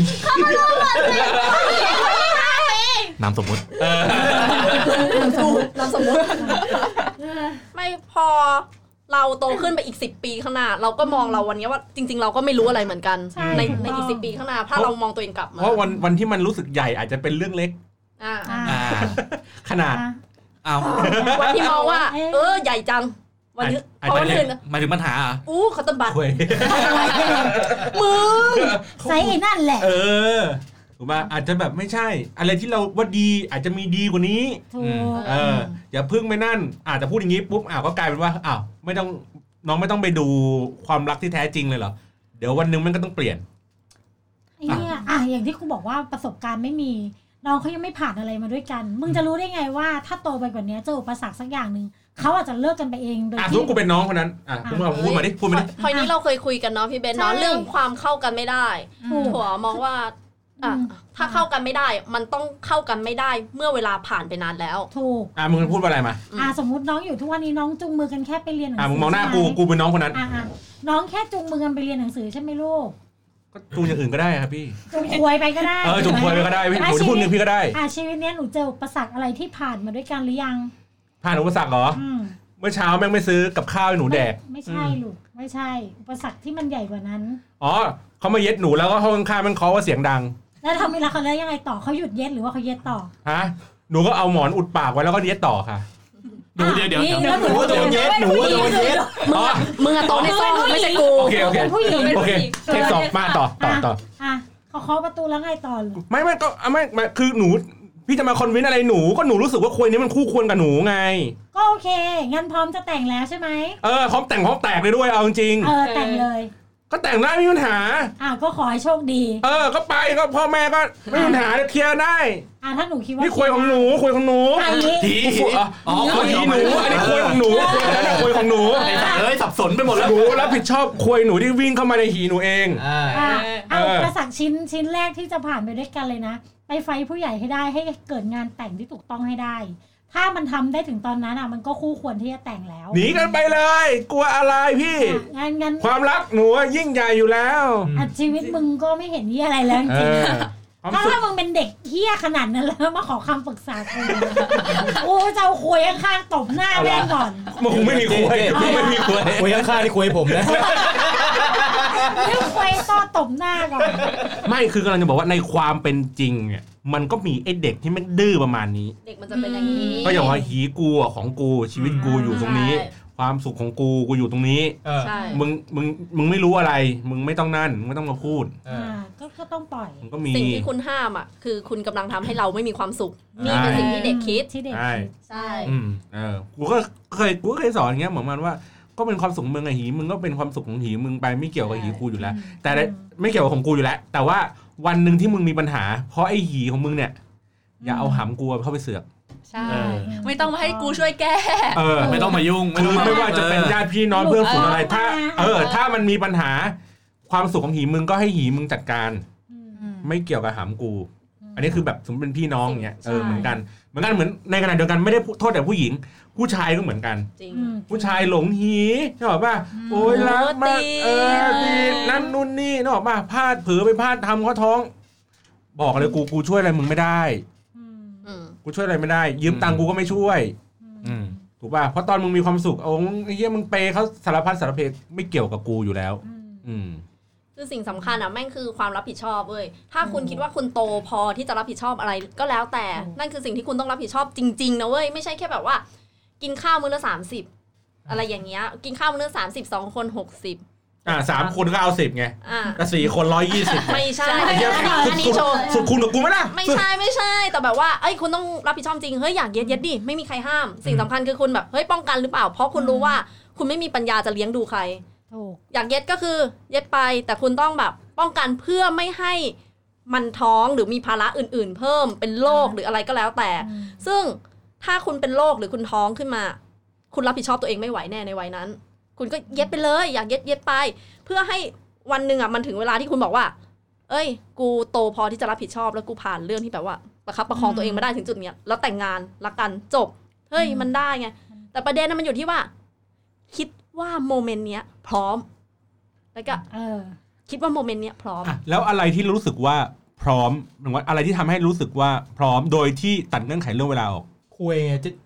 นามสมมุตินามสมมุตินามสมมุติไม่พอเราโตขึ้นไปอีกสิบปีข้างหน้าเราก็มองเราวันนี้ว่าจริงๆเราก็ไม่รู้อะไรเหมือนกันในในอีกสิบปีข้างหน้าถ้าเรามองตัวเองกลับมาเพราะวันวันที่มันรู้สึกใหญ่อาจจะเป็นเรื่องเล็กอ่าขนาดอ้าววันที่มองว่าเออใหญ่จังวันนี้เพราะว่าหมายถึงปัญหาอ่ะอู้เขาต้นบัตรมึงใส่นั่นแหละเออถูกป่ะอาจจะแบบไม่ใช่อะไรที่เราว่าดีอาจจะมีดีกว่านี้เอออย่าพึ่งไม่นั่นอาจจะพูดอย่างนี้ปุ๊บอ้าวก็กลายเป็นว่าอ้าวไม่ต้องน้องไม่ต้องไปดูความรักที่แท้จริงเลยเหรอเดี๋ยววันนึงมันก็ต้องเปลี่ยนไอ้เนี่ยอ่ะอย่างที่ครูบอกว่าประสบการณ์ไม่มีน้องเขายังไม่ผ่านอะไรมาด้วยกันมึงจะรู้ได้ไงว่าถ้าโตไปกว่านี้เจออุปสรรคสักอย่างนึงเขาอาจจะเลิกกันไปเองโดยที่อ่ะทุกกูเป็นน้องคนนั้นอ่ะพูดมาพูดมาดิพูดมาดิพอยนี้เราเคยคุยกันเนาะพี่เบนเนาะเรื่องความเข้ากันไม่ได้ถั่วมองว่าอ่ะถ้าเข้ากันไม่ได้มันต้องเข้ากันไม่ได้เมื่อเวลาผ่านไปนานแล้วถูกอ่ะมึงพูดอะไรมาอ่ะสมมุติน้องอยู่ทุกวันนี้น้องจูงมือกันแค่ไปเรียนหนังสืออ่ะมึงมองหน้ากูกูเป็นน้องคนนั้นอ่ะน้องแค่จูงมือกันไปเรียนหนังสือใช่ไหมลูกก็จูงอย่างอื่นก็ได้ครับพี่จูงควยไปก็ได้เออจูงควยไปก็ได้พี่หนูพูดนึงพี่ก็ได้อ่ะชีวิตนี้หนูเจออุปสรรคอะไรที่ผ่านมาด้วยกันหรือยังผ่านอุปสรรคเหรอเมื่อเช้าแม่งไม่ซื้อกับข้าวให้หนูแดกไม่ใช่ลูกไม่ใช่อุปสรรคที่มันใหญ่กว่านั้นอ๋อเขามาเย็ดหนูแล้วก็เขาข้างๆมันเคาะว่าเสียงดังแล้วทำเวลาเขาแล้วยังไงต่อเขาหยุดเย็ดหรือว่าเขาเย็ดต่อฮะหนูก็เอาหมอนอุดปากไว้แล้วก็เย็ดต่อค่ะหนูเดี๋ยวเดี๋ยวหนูโดนเย็ดหนูโดนเย็ดอ๋อมึงอะโตในซองไม่ใช่กูโอเคโอเคโอเคเทคสองมาต่อต่อต่ออ่ะเขาเคาะประตูแล้วไงต่อไม่ไม่ก็ไม่ไม่คือหนูพี่จะมาคอนวินอะไรหนูก็หนูรู้สึกว่าคุยนี้มันคู่ควรกับหนูไงก็โอเคงั้นพร้อมจะแต่งแล้วใช่ไหมเออพร้อมแต่งพร้อมแตกเลยด้วยเอาจริงเออแต่งเลยก็แต่งได้ไม่มีปัญหาอ่ะก็ขอให้โชคดีเออก็ไปก็พ่อแม่ก็ไม่มีปัญหาเคลียร์ได้อ่ะถ้าหนูคิดว่านี่คุยของหนูคุยของหนูผีอ๋อคุยหนูอันนี้คุยของหนูคุยนั้นคุยของหนูเอ้ยสับสนไปหมดแล้วหนูรับผิดชอบคุยหนูที่วิ่งเข้ามาในหีหนูเองอ่าเอาประสักชิ้นชิ้นแรกที่จะผ่านไปด้วยกันเลยนะไปไฟผู้ใหญ่ให้ได้ให้เกิดงานแต่งที่ถูกต้องให้ได้ถ้ามันทำได้ถึงตอนนั้นอ่ะมันก็คู่ควรที่จะแต่งแล้วหนีกันไปเลยกลัวอะไรพี่งั้นงั้นความรักหนูยิ่งใหญ่อยู่แล้วชีวิตมึงก็ไม่เห็นเหี้ยอะไรแล้วจริงถ้าถ้ามึงเป็นเด็กเหี้ยขนาดนั้นแล้วมาขอคำปรึกษากูโอ้จะเอาคุยข้างๆตบหน้าแม่ก่อนมึงไม่มีคุยไม่มีคุยคุยข้างๆนี่คุยผมนะไม่คุยต่อตบหน้าก่อนไม่คือกำลังจะบอกว่าในความเป็นจริงเนี่ยมันก็มีไอ้เด็กที่มันดื้อประมาณนี้เด็กมันจะเป็นอย่างนี้ก็อย่างว่าหีกูอ่ะของกูชีวิตกูอยู่ตรงนี้ความสุขของกูกูอยู่ตรงนี้มึงมึงมึงไม่รู้อะไรมึงไม่ต้องนั่นมึงไม่ต้องมาพูดก็ก็ต้องปล่อยมันก็มีสิ่งที่คุณห้ามอ่ะคือคุณกำลังทำให้เราไม่มีความสุขนี่เป็นสิ่งที่เด็กคิดที่เด็กใช่อืมเออกูก็เคยกูก็เคยสอนอย่างเงี้ยเหมือนมันว่าก็เป็นความสุขมึงไงหีมึงก็เป็นความสุขของหีมึงไปไม่เกี่ยวกับหีกูอยู่แล้วแต่ไม่เกี่ยวกับของกูอยู่แล้วแต่ว่าวันนึงที่มึงมีปัญหาเพราะไอ้หีของมึงเนี่ยอย่าเอาหำกูเข้าไปเสือกใช่ไม่ต้องมาให้กูช่วยแก้เออไม่ต้องมายุ่งคือไม่ว่าจะเป็นญาติพี่น้องเพื่อนฝูงอะไรถ้าเออถ้ามันมีปัญหาความสุขของหีมึงก็ให้หีมึงจัดการไม่เกี่ยวกับหำกูอันนี้คือแบบสมมติเป็นพี่น้องอย่างเงี้ยเออเหมือนกันเหมือนกันเหมือนในขณะเดียวกันไม่ได้โทษแต่ผู้หญิงผู้ชายก็เหมือนกันผู้ชายหลงหีใช่ป่ะโอ้ยรักมากเออดีนั่นนู่นนี่นึกออกป่ะพลาดเผลอไปพลาดทำเขาท้องบอกเลยกูกูช่วยอะไรมึงไม่ได้กูช่วยอะไรไม่ได้ยืมตังค์กูก็ไม่ช่วยถูกป่ะเพราะตอนมึงมีความสุขโอ้ยเฮียมึงเปย์เขาสารพัดสารเพไม่เกี่ยวกับกูอยู่แล้วอืมคคือสิ่งสำคัญอ่ะแม่งคือความรับผิดชอบเว้ยถ้าคุณคิดว่าคุณโตพอที่จะรับผิดชอบอะไรก็แล้วแต่นั่นคือสิ่งที่คุณต้องรับผิดชอบจริงๆนะเว้ยไม่ใช่แค่แบบว่ากินข้าวมื้อละสามสิบอะไรอย่างเงี้ยกินข้าวมื้อละสามสิบสองคนหกสิบอ่าสามคนก็เอาสิบไงแต่สี่คนร้อยยี่สิบไม่ใช่อันนี้โชว์สุดคุณกับกูไหมล่ะไม่ใช่ไม่ใช่แต่แบบว่าเอ้ยคุณต้องรับผิดชอบจริงเฮ้ยอยากเย็ดเย็ดดิไม่มีใครห้ามสิ่งสำคัญคือคุณแบบเฮ้ยป้องกันหรือเปล่าเพราะคุณรู้ว่าคุณไม่มีปัญญาจะเลี้ยงดูใครอยากเย็ดก็คือเย็ดไปแต่คุณต้องแบบป้องกันเพื่อไม่ให้มันท้องหรือมีภาระอื่นๆเพิ่มเป็นโรคหรืออะไรก็แล้วแต่ซึ่งถ้าคุณเป็นโรคหรือคุณท้องขึ้นมาคุณรับผิดชอบตัวเองไม่ไหวแน่ในวัยนั้นคุณก็เย็ดไปเลยอยากเย็ดเย็ดไปเพื่อให้วันหนึ่งอ่ะมันถึงเวลาที่คุณบอกว่าเอ้ยกูโตพอที่จะรับผิดชอบแล้วกูผ่านเรื่องที่แบบว่าประคับประคองตัวเองมาได้ถึงจุดเนี้ยแล้วแต่งงานรักกันจบเฮ้ยมันได้ไงแต่ประเด็นนั้นมันอยู่ที่ว่าคิดว่าโมเมนต์เนี้ยพร้อมแล้วก็เออคิดว่าโมเมนต์เนี้ยพร้อมแล้วอะไรที่รู้สึกว่าพร้อมหรือว่าอะไรที่ทำให้รู้สึกว่าพร้อมโดยที่ตัดเงื่อนไขเรื่องเวลาออกคุยไงจะ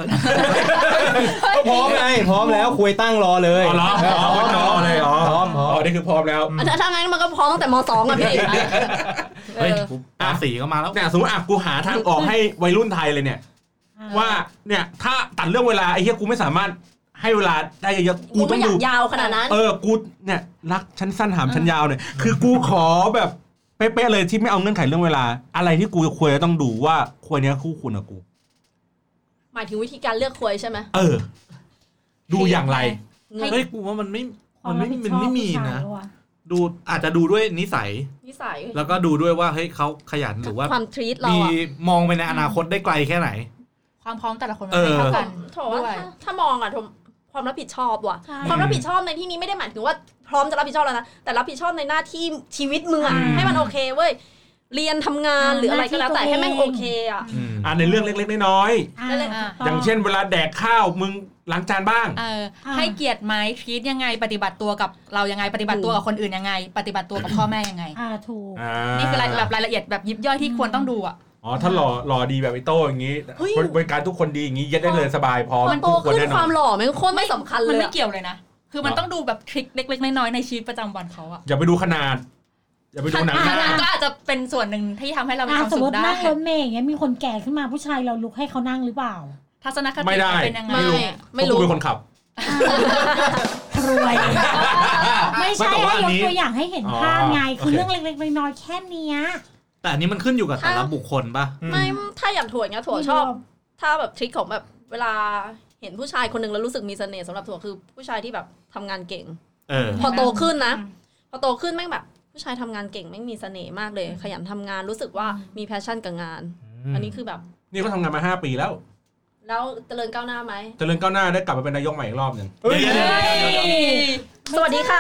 พร้อมไงพร้อมแล้วคุยตั้งรอเลยอ๋อเหรอพร้อมเลยอ๋อพร้อมอ๋อนี่คือพร้อมแล้วถ้างั้นมันก็พร้อมตั้งแต่ม.สอง อ่ะพี่เฮ้ยอ่ะสี่ก็มาแล้วเนี่ยสมมติอ่ะกูหาทางออกให้วัยรุ่นไทยเลยเนี่ยว่าเนี่ยถ้าตัดเรื่องเวลาไอ้เหี้ยกูไม่สามารถให้เวลาได้เยอะกูต้องดูยาวขนาดนั้นเออกูเนี่ยรักชั้นสั้นหามชั้นยาวเนี่ยคือกูขอแบบเป๊ะๆเลยที่ไม่เอาเงื่อนไขเรื่องเวลาอะไรที่กูควรจะต้องดูว่าควรเนี้ยคู่คุณกับกูหมายถึงวิธีการเลือกควยใช่ไหมเออดูอย่างไรเฮ้ยกูว่ามันไม่มันไม่มันไม่มีนะดูอาจจะดูด้วยนิสัยนิสัยแล้วก็ดูด้วยว่าเฮ้ยเขาขยันหรือว่าความทรีตเรามีมองไปในอนาคตได้ไกลแค่ไหนความพร้อมแต่ละคนไม่เท่ากันด้วยถ้ามองอ่ะความรับผิดชอบว่ะความรับผิดชอบในที่นี้ไม่ได้หมายถึงว่าพร้อมจะรับผิดชอบแล้วนะแต่รับผิดชอบในหน้าที่ชีวิตมึงอ่ะให้มันโอเคเว้ยเรียนทำงานหรืออะไรก็แล้วแต่ให้แม่งโอเคอ่ะอ่าในเรื่องเล็กๆน้อยๆอย่างเช่นเวลาแดกข้าวมึงล้างจานบ้างให้เกียรติไหมทีทยังไงปฏิบัติตัวกับเรายังไงปฏิบัติตัวกับคนอื่นยังไงปฏิบัติตัวกับพ่อแม่ยังไงอ่าถูกนี่คือแบบรายละเอียดแบบยิบย่อยที่ควรต้องดูอ่ะอ๋อถ้าหล่อหล่อดีแบบไอ้โต้อย่างงี้บริการทุกคนดีอย่างงี้ยัดได้เลยสบายพอมันโตขึ้นความหล่อมันโคตรไม่สำคัญเลยมันไม่เกี่ยวเลยนะคือมันต้องดูแบบทริคเล็กๆน้อยๆในชีวิตประจำวันเขาอ่ะอย่าไปดูขนาดอย่าไปดูหนังก็อาจจะเป็นส่วนหนึ่งที่ทำให้เรามีความสุขได้สมมตินั่งรถเมล์อย่างเงี้ยมีคนแก่ขึ้นมาผู้ชายเราลุกให้เขานั่งหรือเปล่าทัศนคติเป็นยังไงไม่รู้ไม่รู้เป็นคนขับรวยไม่ใช่ให้ยกตัวอย่างให้เห็นภาพไงคือเรื่องเล็กๆน้อยๆแค่นี้แต่อันนี้มันขึ้นอยู่กับแต่ละบุคคลป่ะไม่ถ้าอย่างถั่วเงี้ยถั่วชอบถ้าแบบทริคของแบบเวลาเห็นผู้ชายคนนึงแล้วรู้สึกมีเสน่ห์สำหรับถั่วคือผู้ชายที่แบบทำงานเก่งพอโตขึ้นนะพอโตขึ้นแม่งแบบผู้ชายทำงานเก่งแม่งมีเสน่ห์มากเลยขยันทำงานรู้สึกว่ามีแพชชั่นกับงานอันนี้คือแบบนี่เขาทำงานมาห้าปีแล้วแล้วเจริญก้าวหน้าไหมเจริญก้าวหน้าได้กลับมาเป็นนายกใหม่อีกรอบนึงสวัสดีค่ะ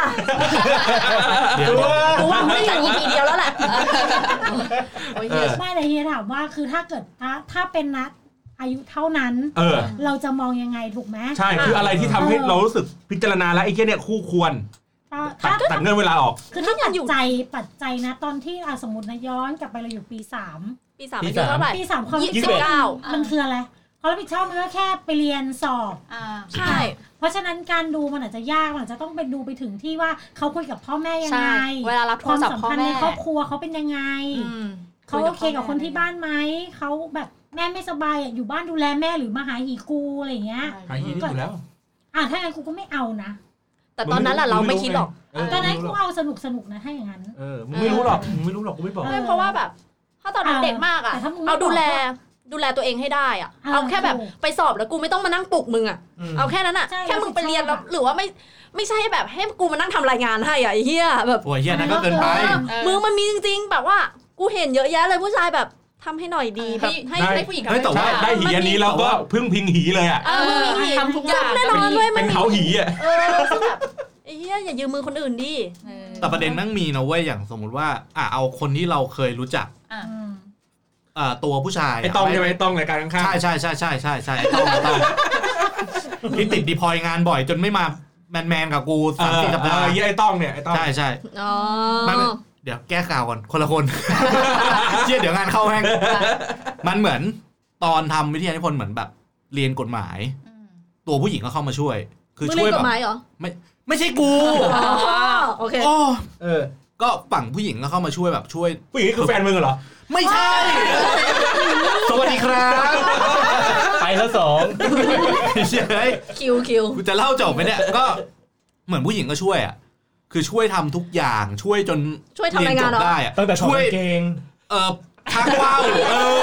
กูว่าไม่ใช่ อี พี เดียวแล้วแหละไม่แต่เฮียถามว่าคือถ้าเกิดถ้าถ้าเป็นนัดอายุเท่านั้นเราจะมองยังไงถูกไหมใช่คืออะไรที่ทำให้เรารู้สึกพิจารณาแล้วไอ้แค่เนี่ยคู่ควรตัดเงื่อนเวลาออกคือถ้าปัจจัยปัจจัยนะตอนที่สมมตินะย้อนกลับไปเราอยู่ปีสามปีสามอายุเท่าไหร่ปีสามความรับผิดชอบมันคืออะไรความรับผิดชอบมันก็แค่ไปเรียนสอบใช่เพราะฉะนั้นการดูมันอาจจะยากมันอาจจะต้องไปดูไปถึงที่ว่าเขาคุยกับพ่อแม่ยังไงเวลารับความสัมพันธ์ในครอบครัวเขาเป็นยังไงเขาโอเคกับคนที่บ้านไหมเขาแบบแม่ไม่สบายอยู่บ้านดูแลแม่หรือมาหาหีกูอะไรอย่างเงี้ยหาหีนี่อยู่แล้วอ่ะถ้างั้นกูก็ไม่เอานะแต่ตอนนั้นแหละเราไม่คิดหรอกตอนนั้นกูเอาสนุกสนุกนะถ้าอย่างนั้นเออมึงไม่รู้หรอกมึงไม่รู้หรอกกูไม่บอกเพราะว่าแบบถ้าตอนเด็กมากอ่ะเอาดูแลดูแลตัวเองให้ได้อ่ะเอาแค่แบบไปสอบแล้วกูไม่ต้องมานั่งปลุกมึงอ่ะเอาแค่นั้นอ่ะแค่มึงไปเรียนแล้วหรือว่าไม่ไม่ใช่แบบให้กูมานั่งทำรายงานให้อ่ะไอ้เหี้ยแบบโอ้ยเหี้ยนั่นก็เกินไปมึงมันมีจริงๆแบบว่ากูเห็นเยอะแยะเลยผู้ชายแบบทำให้หน่อยดีแบบให้ให้ผู้หญิงทำให้แต่ว่าได้หีอันนี้เราก็พึ่งพิงหีเลยอ่ะทำทุกอย่างแน่นอนด้วยเป็นเขาหีอ่ะเออแบบไอ้เหี้ยอย่ายืมมือคนอื่นดิแต่ประเด็นนั่งมีนะเว้ยอย่างสมมติว่าอ่ะเอาคนที่เราเคยรู้จักอ่าตัวผู้ชายไอ้ต้องใช่ไหมไอ้ต้องรายการข้างๆใช่ใช่ใช่ใช่ใช่ใช่ไอ้ต้องไอ้ต้องที่ติดดีพอยงานบ่อยจนไม่มาแมนแมนกับกูสามสี่สัปดาห์ไอ้ต้องเนี่ยไอ้ต้องใช่ใช่อ๋อเดี๋ยวแก้ข่าวก่อนคนละคนเชี่ยเดี๋ยวงานเข้าแห้งมันเหมือนตอนทำวิทยานิพนธ์เหมือนแบบเรียนกฎหมายตัวผู้หญิงก็เข้ามาช่วยคือช่วยแบบกฎหมายเหรอไม่ไม่ใช่กูอ๋อโอเคเออก็ฝั่งผู้หญิงก็เข้ามาช่วยแบบช่วยผู้หญิงคือแฟนมึงเหรอไม่ใช่สวัสดีครับไปแล้วสองเฉยคิวคิวกูจะเล่าจบไหมเนี่ยก็เหมือนผู้หญิงก็ช่วยอ่ะคือช่วยทำทุกอย่างช่วยจนช่วยทำรายงานได้อ่ะช่วยเก่งเออทักว้าวเออ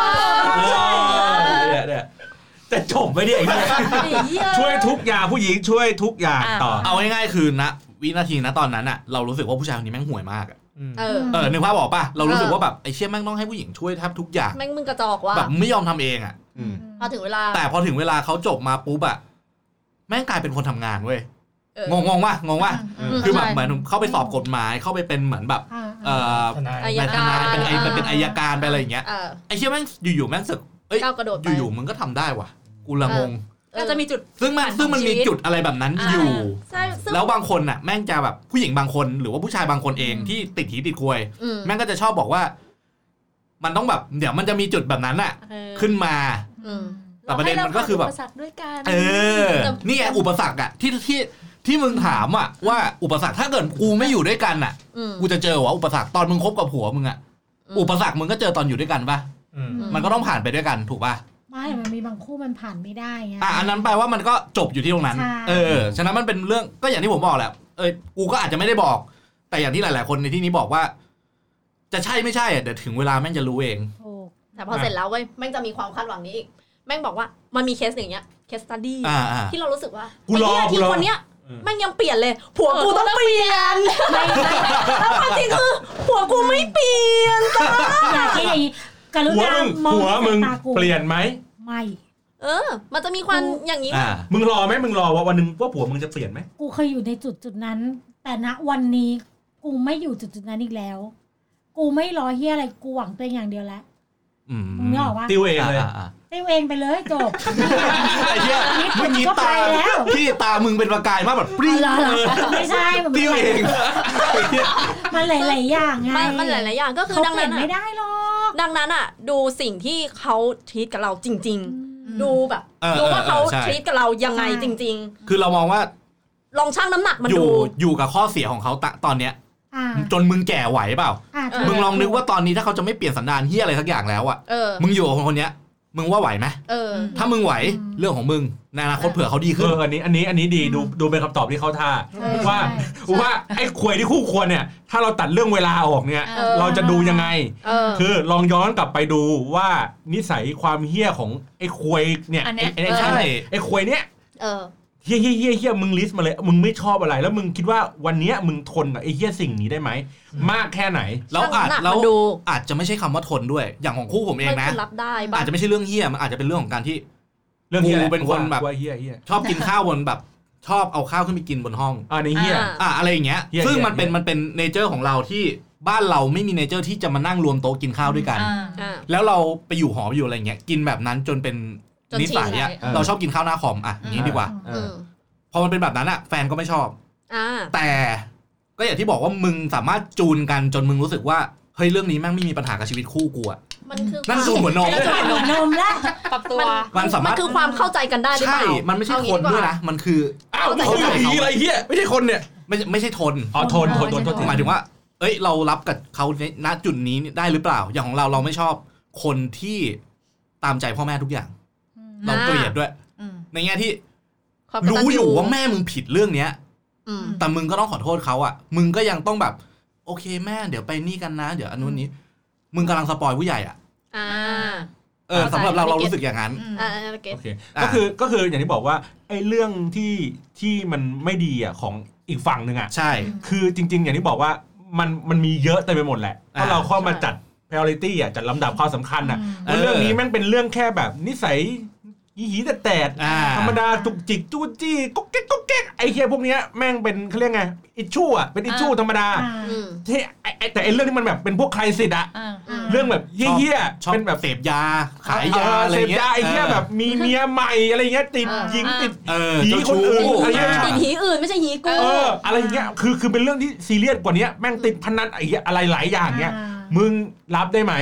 เนี่ยเนี่ยจะจบไหมเนี่ยช่วยทุกอย่างผู้หญิงช่วยทุกอย่างต่อเอาง่ายๆคือณวินาทีนะตอนนั้นอ่ะเรารู้สึกว่าผู้ชายคนนี้แม่งห่วยมากอ่ะเออเออนึกภาพออกป่ะเรารู้สึกว่าแบบไอ้เชี่ยแม่งต้องให้ผู้หญิงช่วยแทบทุกอย่างแม่งมึงกระจอกว่ะแบบไม่ยอมทำเองอ่ะพอถึงเวลาแต่พอถึงเวลาเขาจบมาปุ๊บอ่ะแม่งกลายเป็นคนทำงานเว้ยงงงว่ะงงว่ะคือแบบเหมือนเข้าไปสอบกฎหมายเข้าไปเป็นเหมือนแบบเอ่ออัยการเป็นไอ้เป็นอัยการไปอะไรอย่างเงี้ยไอ้เชี่ยแม่งอยู่ๆแม่งสึกเอ้ยอยู่ๆมึงก็ทำได้ว่ะกูละงงก็จะมีจุดซึ่งมันซึ่งมันมีจุดอะไรแบบนั้นอยู่แล้วบางคนน่ะแม่งจะแบบผู้หญิงบางคนหรือว่าผู้ชายบางคนเองที่ติดหีติดควยแม่งก็จะชอบบอกว่ามันต้องแบบเดี๋ยวมันจะมีจุดแบบนั้นน่ะขึ้นมาแต่ประเด็นมันก็คือแบบเออนี่ไงอุปสรรคอ่ะที่ที่ที่มึงถามอ่ะว่าอุปสรรคถ้าเกิดกูไม่อยู่ด้วยกันอ่ะกูจะเจอว่าอุปสรรคตอนมึงคบกับผัวมึงอ่ะอุปสรรคมึงก็เจอตอนอยู่ด้วยกันป่ะมันก็ต้องผ่านไปด้วยกันถูกป่ะไม่มันมีบางคู่มันผ่านไม่ได้ไงอ่ะอันนั้นแปลว่ามันก็จบอยู่ที่ตรงนั้นเออฉะนั้นมันเป็นเรื่องก็อย่างที่ผมบอกแหละเออกูก็อาจจะไม่ได้บอกแต่อย่างที่หลายๆคนในที่นี้บอกว่าจะใช่ไม่ใช่อ่ะเดี๋ยวถึงเวลาแม่งจะรู้เองแต่พอเสร็จแล้วเว้ยแม่งจะมีความคาดหวังนี้อีกแม่งบอกว่ามันมีเคสอย่างเงี้ยเคสสตั๊ดดี้ที่เรารู้สึกว่ากูรอกูรอคนเนี้ยแม่งยังเปลี่ยนเลยผัวกูต้องเปลี่ยนแล้วความจริงคือผัวกูไม่เปลี่ยนจ้าอยากให้อย่างนี้กรุณามองผัวมึงเปลี่ยนไหมไม่เออมันจะมีความอย่างนี้มึงรอไหมมึงรอว่าวันนึงว่าผัวมึงจะเปลี่ยนไหมกูเคยอยู่ในจุดจุดนั้นแต่ณวันนี้กูไม่อยู่จุดจุดนั้นอีกแล้วกูไม่รอเฮียอะไรกูหวังตัวเองอย่างเดียวแล้วมึงนึกออกว่าติวเองเลยติวเองไปเลยจบไอ้เหี้ยเมื่อกี้ตาพี่ตามึงเป็นประกายมากแบบปรี้ไม่ใช่ติวเองมันหลายๆอย่างไงมันหลายๆอย่างก็คือดังนั้นไม่ได้หรอกดังนั้นอ่ะดูสิ่งที่เขาทรีตกับเราจริงๆดูแบบดูว่าเขาทรีตกับเรายังไงจริงๆคือเรามองว่าลองชั่งน้ำหนักมันดูอยู่กับข้อเสียของเขาตอนเนี้ยจนมึงแก่ไหวเปล่ามึงลองนึกว่าตอนนี้ถ้าเขาจะไม่เปลี่ยนสันดานเฮียอะไรสักอย่างแล้วอ่ะมึงอยู่กับคนคนนี้มึงว่าไหวไหมถ้ามึงไหวเรื่องของมึงในอนาคตเผื่อเขาดีขึ้นอันนี้อันนี้อันนี้ดีดูดูเป็นคำตอบที่เขาท่าว่าว่าไอ้ควยที่คู่ควรเนี่ยถ้าเราตัดเรื่องเวลาออกเนี่ยเราจะดูยังไงคือลองย้อนกลับไปดูว่านิสัยความเฮี้ยของไอ้ควยเนี่ยไอ้ใช่ไอ้ควยเนี่ยเฮี้ยเฮี้ยเฮี้ยเฮี้ยมึงลิสต์มาเลยมึงไม่ชอบอะไรแล้วมึงคิดว่าวันนี้มึงทนกับไอ้เฮี้ยสิ่งนี้ได้ไหมมากแค่ไหนแล้วอาจแล้วอาจจะไม่ใช่คำว่าทนด้วยอย่างของคู่ผมเองนะอาจจะไม่ใช่เรื่องเฮี้ยมันอาจจะเป็นเรื่องของการที่เรื่องเฮี้ยเป็นคนแบบชอบกินข้าวบนแบบชอบเอาข้าวขึ้นไปกินบนห้องอ่าในเฮี้ยอ่าอะไรอย่างเงี้ยซึ่งมันเป็นมันเป็นเนเจอร์ของเราที่บ้านเราไม่มีเนเจอร์ที่จะมานั่งรวมโต๊ะกินข้าวด้วยกันแล้วเราไปอยู่หอไปอยู่อะไรเงี้ยกินแบบนั้นจนเป็นนิสัยอ่ะเราชอบกินข้าวหน้าคอมอ่ะอย่างนี้ดีกว่าพอมันเป็นแบบนั้นอะแฟนก็ไม่ชอบแต่ก็อย่างที่บอกว่ามึงสามารถจูนกันจนมึงรู้สึกว่าเฮ้ยเรื่องนี้แม่งไม่มีปัญหากับชีวิตคู่กูอะนั่นจูนหัวนมหัวนมแล้วปรับตัวมันสามารถมันคือความเข้าใจกันได้หรือเปล่าใช่มันไม่ใช่คนด้วยนะมันคืออ้าวเขาอยู่ผีอะไรเหี้ยไม่ใช่คนเนี่ยไม่ไม่ใช่ทนอ๋อทนทนทนทนหมายถึงว่าเอ้ยเรารับกับเขาณจุดนี้ได้หรือเปล่าอย่างของเราเราไม่ชอบคนที่ตามใจพ่อแม่ทุกอย่างเราเกลียดด้วยในแง่ที่รู้อยู่ว่าแม่มึงผิดเรื่องเนี้ยแต่มึงก็ต้องขอโทษเขาอ่ะมึงก็ยังต้องแบบโอเคแม่เดี๋ยวไปนี่กันนะเดี๋ยวอันนู้นนี้มึงกำลังสปอยผู้ใหญ่อ่ะเออสำหรับเราเรารู้สึกอย่างนั้นโอเคก็คือก็คืออย่างที่บอกว่าไอ้เรื่องที่ที่มันไม่ดีอ่ะของอีกฝั่งนึงอ่ะใช่คือจริงๆอย่างที่บอกว่ามันมันมีเยอะเต็มไปหมดแหละเพราะเราเข้ามาจัด priority อ่ะจัดลำดับความสำคัญอ่ะเรื่องนี้แม่งเป็นเรื่องแค่แบบนิสัยยี่หีแต่แต่ธรรมดาตุกจิกจู้จี้ก๊กเก๊กก๊กเก๊กไอ้เหี้ยพวกเนี้ยแม่งเป็นเขาเรียกไงอิชชูอ่ะเป็นอิชชูธรรมดาที่ไอ้แต่ไอ้เรื่องที่มันแบบเป็นพวกใครสิทธิ์อ่ะเรื่องแบบเหี้ยๆเป็นแบบเสพยาขายยาอะไรเงี้ยไอ้เหี้ยแบบมีเมียใหม่อะไรเงี้ยติดหญิงติดหีคนอื่นอะไรเงี้ยติดหีอื่นไม่ใช่หีกูเอออะไรเงี้ยคือคือเป็นเรื่องที่ซีเรียสกว่านี้แม่งติดพนันไอ้อะไรหลายอย่างเงี้ยมึงรับได้ไหม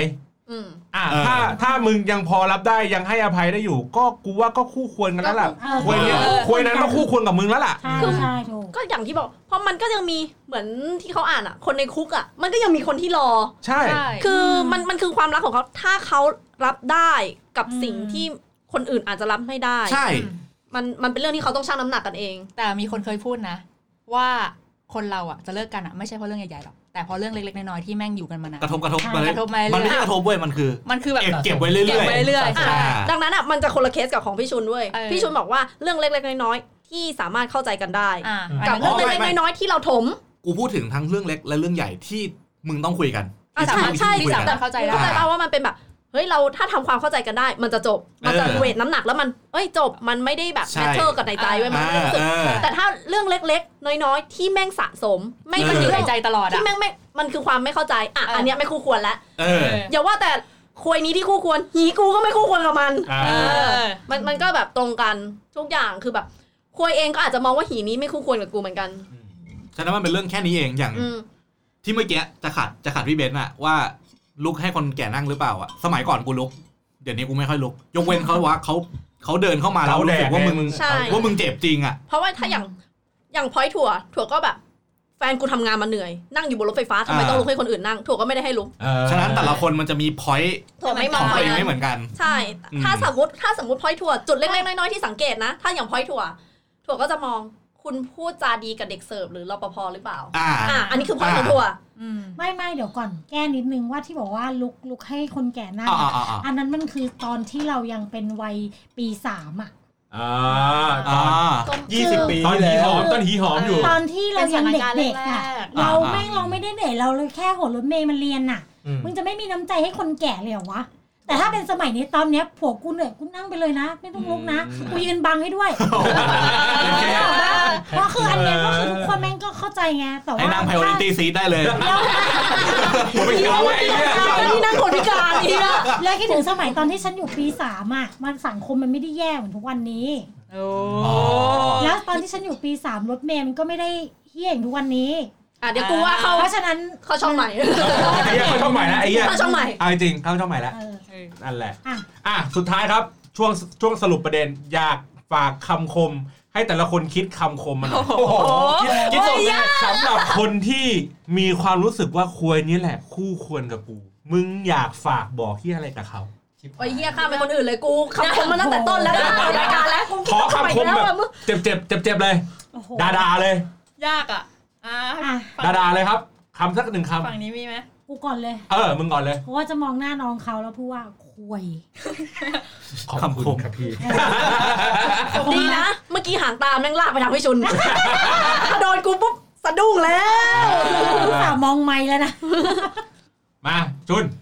อ่าถ้าถ้ามึงยังพอรับได้ยังให้อภัยได้อยู่ก็กูว่าก็คู่ควรกันแล้วล่ะควรเนี่ยควรนั้นก็คู่ควรกับมึงแล้วล่ะคือใช่ถูกก็อย่างที่บอกเพราะมันก็ยังมีเหมือนที่เขาอ่านอ่ะคนในคุกอ่ะมันก็ยังมีคนที่รอใช่คือมันมันคือความรักของเขาถ้าเขารับได้กับสิ่งที่คนอื่นอาจจะรับไม่ได้ใช่มันมันเป็นเรื่องที่เขาต้องชั่งน้ำหนักกันเองแต่มีคนเคยพูดนะว่าคนเราอ่ะจะเลิกกันอ่ะไม่ใช่เพราะเรื่องใหญ่ๆหรอกแต่เพราะเรื่องเล็กๆน้อยๆที่แม่งอยู่กันมานานกระทบกระทบมันกระทบมามันไม่ใช่กระทบเว้ยมันคือมันคือแบบเก็บไว้เรื่อยๆเก็บไว้เรื่อยๆดังนั้นอ่ะมันจะคนละเคสกับของพี่ชุนด้วยพี่ชุนบอกว่าเรื่องเล็กๆน้อยๆที่สามารถเข้าใจกันได้กับเรื่องเล็กๆน้อยๆที่เราถมกูพูดถึงทั้งเรื่องเล็กและเรื่องใหญ่ที่มึงต้องคุยกันใช่ใช่ที่สามารถเข้าใจได้เข้าใจป่ะว่ามันเป็นแบบเฮ้ยเราถ้าทำความเข้าใจกันได้มันจะจบมันจะเวทน้ำหนักแล้วมันเอ้ยจบมันไม่ได้แบบแมทเทอร์กับในใจไว้มันรู้สึกแต่ถ้าเรื่องเล็กๆน้อยๆที่แม่งสะสมไม่มันอยู่ในใจตลอดที่แม่งไม่มันคือความไม่เข้าใจอ่ะอันเนี้ยไม่คู่ควรแล้วอย่าว่าแต่ควยนี้ที่คู่ควรหีกูก็ไม่คู่ควรกับมันมันมันก็แบบตรงกันทุกอย่างคือแบบควยเองก็อาจจะมองว่าหีนี้ไม่คู่ควรกับกูเหมือนกันฉะนั้นมันเป็นเรื่องแค่นี้เองอย่างที่เมื่อกี้จะขัดจะขัดพี่เบนซ์อะว่าลุกให้คนแก่นั่งหรือเปล่าอ่ะสมัยก่อนกูลุกเดี๋ยวนี้กูไม่ค่อยลุกยกเว้นเขาว่าเขาเขาเดินเข้ามาแล้วรู้สึกว่ามึงว่ามึงเจ็บจริงอ่ะเพราะว่าถ้าอย่างอย่างพอยถั่วถั่วก็แบบแฟนกูทำงานมาเหนื่อยนั่งอยู่บนรถไฟฟ้าทำไมต้องลุกให้คนอื่นนั่งถั่วก็ไม่ได้ให้ลุกฉะนั้นแต่ละคนมันจะมีพอยต์ของตัวเองไม่เหมือนกันใช่ถ้าสมมติถ้าสมมติพอยถั่วจุดเล็กๆน้อยๆที่สังเกตนะถ้าอย่างพอยถั่วถั่วก็จะมองคุณพูดจาดีกับเด็กเสิร์ฟหรือรปภหรือเปล่าอ่าอ่าอันนี้คือพอยถั่วไม่ไม่เดี๋ยวก่อนแก้นิดนึงว่าที่บอกว่าลุกลุกให้คนแก่นั่งอันนั้นมันคือตอนที่เรายังเป็นวัยปีสามอ่ะอ่าตอนยี่สิบปีตอนหีหอมตอนหีหอมอยู่ตอนที่เรายังเด็กๆอ่ะเราแม่งเราไม่ได้เหนื่อยเราเลยแค่หัวรถเมย์มันเรียนอ่ะมึงจะไม่มีน้ำใจให้คนแก่เลยเหรอวะแต่ถ้าเป็นสมัยนี้ตอนเนี้ยผัวกูเหนื่อยกูนั่งไปเลยนะไม่ต้องลุกนะกูยืนบังให้ด้วยเพราะคืออันเนี้ยก็คือทุกคนแม่งก็เข้าใจไงแต่ว่าให้นั่ง priority seat ได้เลยผมไม่เอาไอ้เนี่ยนั่งคนพิการเนี่ยแล้วคิดถึงสมัยตอนที่ฉันอยู่ปีสามอ่ะมันสังคมมันไม่ได้แย่เหมือนทุกวันนี้แล้วตอนที่ฉันอยู่ปีสามรถเมล์มันก็ไม่ได้เหี้ยอย่างทุกวันนี้อ่ะเดี๋ยวกูว่าเขาเพราะฉะนั้นเขาช่องใหม่ไอ้เหี้ยเขาช่องใหม่นะไอ้เหี้ยเขาช่องใหม่เอาจริงเขาช่องใหม่แล้วนั่นแหละอ่ะสุดท้ายครับช่วงช่วงสรุปประเด็นอยากฝากคำคมให้แต่ละคนคิดคำคมมาหน่อยคิดสำหรับคนที่มีความรู้สึกว่าควรนี้แหละคู่ควรกับกูมึงอยากฝากบอกที่อะไรกับเขาไอ้เหี้ยข้ามไปคนอื่นเลยกูคำคมมาตั้งแต่ต้นแล้วรายการแล้วกูขอคำคมแบบเจ็บเจ็บเจ็บเจ็บเลยด่าๆเลยยากอ่ะด่าๆเลยครับคำสักหนึ่งคำฝั่งนี้มีไหมกูก่อนเลยเออมึงก่อนเลยเพราะว่าจะมองหน้าน้องเขาแล้วพูดว่าคุยคำคมครับพี่ดีนะเมื่อกี้หางตาแม่งลากไปทางพี่ชุนถ้าโดนกูปุ๊บสะดุ้งแล้วลูกสาวมองไม่แล้วนะมาชุน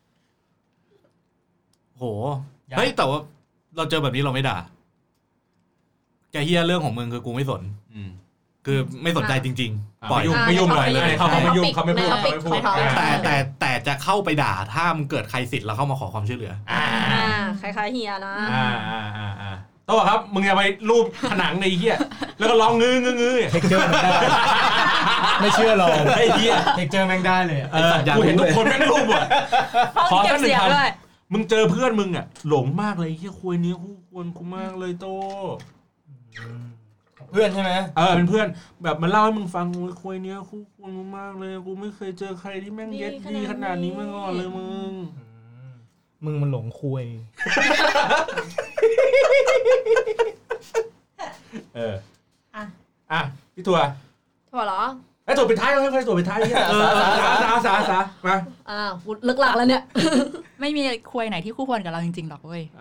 โหเฮ้ยแต่ว่าเราเจอแบบนี้เราไม่ด่าแกเฮียเรื่องของมึงคือกูไม่สนคือไม่สนใจจริงๆปล่อยไม่ยุ่งเลยเลยเขาไม่ยุ่งเขาไม่พูดไม่พูดแต่แต่แต่จะเข้าไปด่าถ้ามันเกิดใครสิทธิ์แล้วเข้ามาขอความช่วยเหลืออ่าคล้ายๆเฮียนะอ่าอ่าอ่าอ่าต้องบอกครับมึงอย่าไปรูปผนังในเฮียแล้วก็ร้องงื้องื้องื้อเทคเจอร์มันได้ไม่เชื่อหรอกไอ้เฮียเทคเจอร์แม่งได้เลยเออกูเห็นทุกคนแม่งรูปหมดขอสักหนึ่งพันมึงเจอเพื่อนมึงอ่ะหลงมากเลยเฮียคุยนี้คู่ควรกูมากเลยโตเพื่อนใช่ไหมเออเป็นเพื่อนแบบมันเล่าให้มึงฟังโอ้ยคุยเนี้ยคู่ควรมากเลยกูไม่เคยเจอใครที่แม่งเย็ดดีขนาดนี้มาก่อนเลยมึงมึงมันหลงคุยเอออ่ะอ่ะพี่ถั่วถั่วเหรอไอ้ถั่วปิดท้ายเราค่อยๆถั่วปิดท้ายเนี่ยสาสาสาสามาอ่าเลิกหลักแล้วเนี่ยไม่มีคุยไหนที่คู่ควรกับเราจริงๆหรอกเว้ย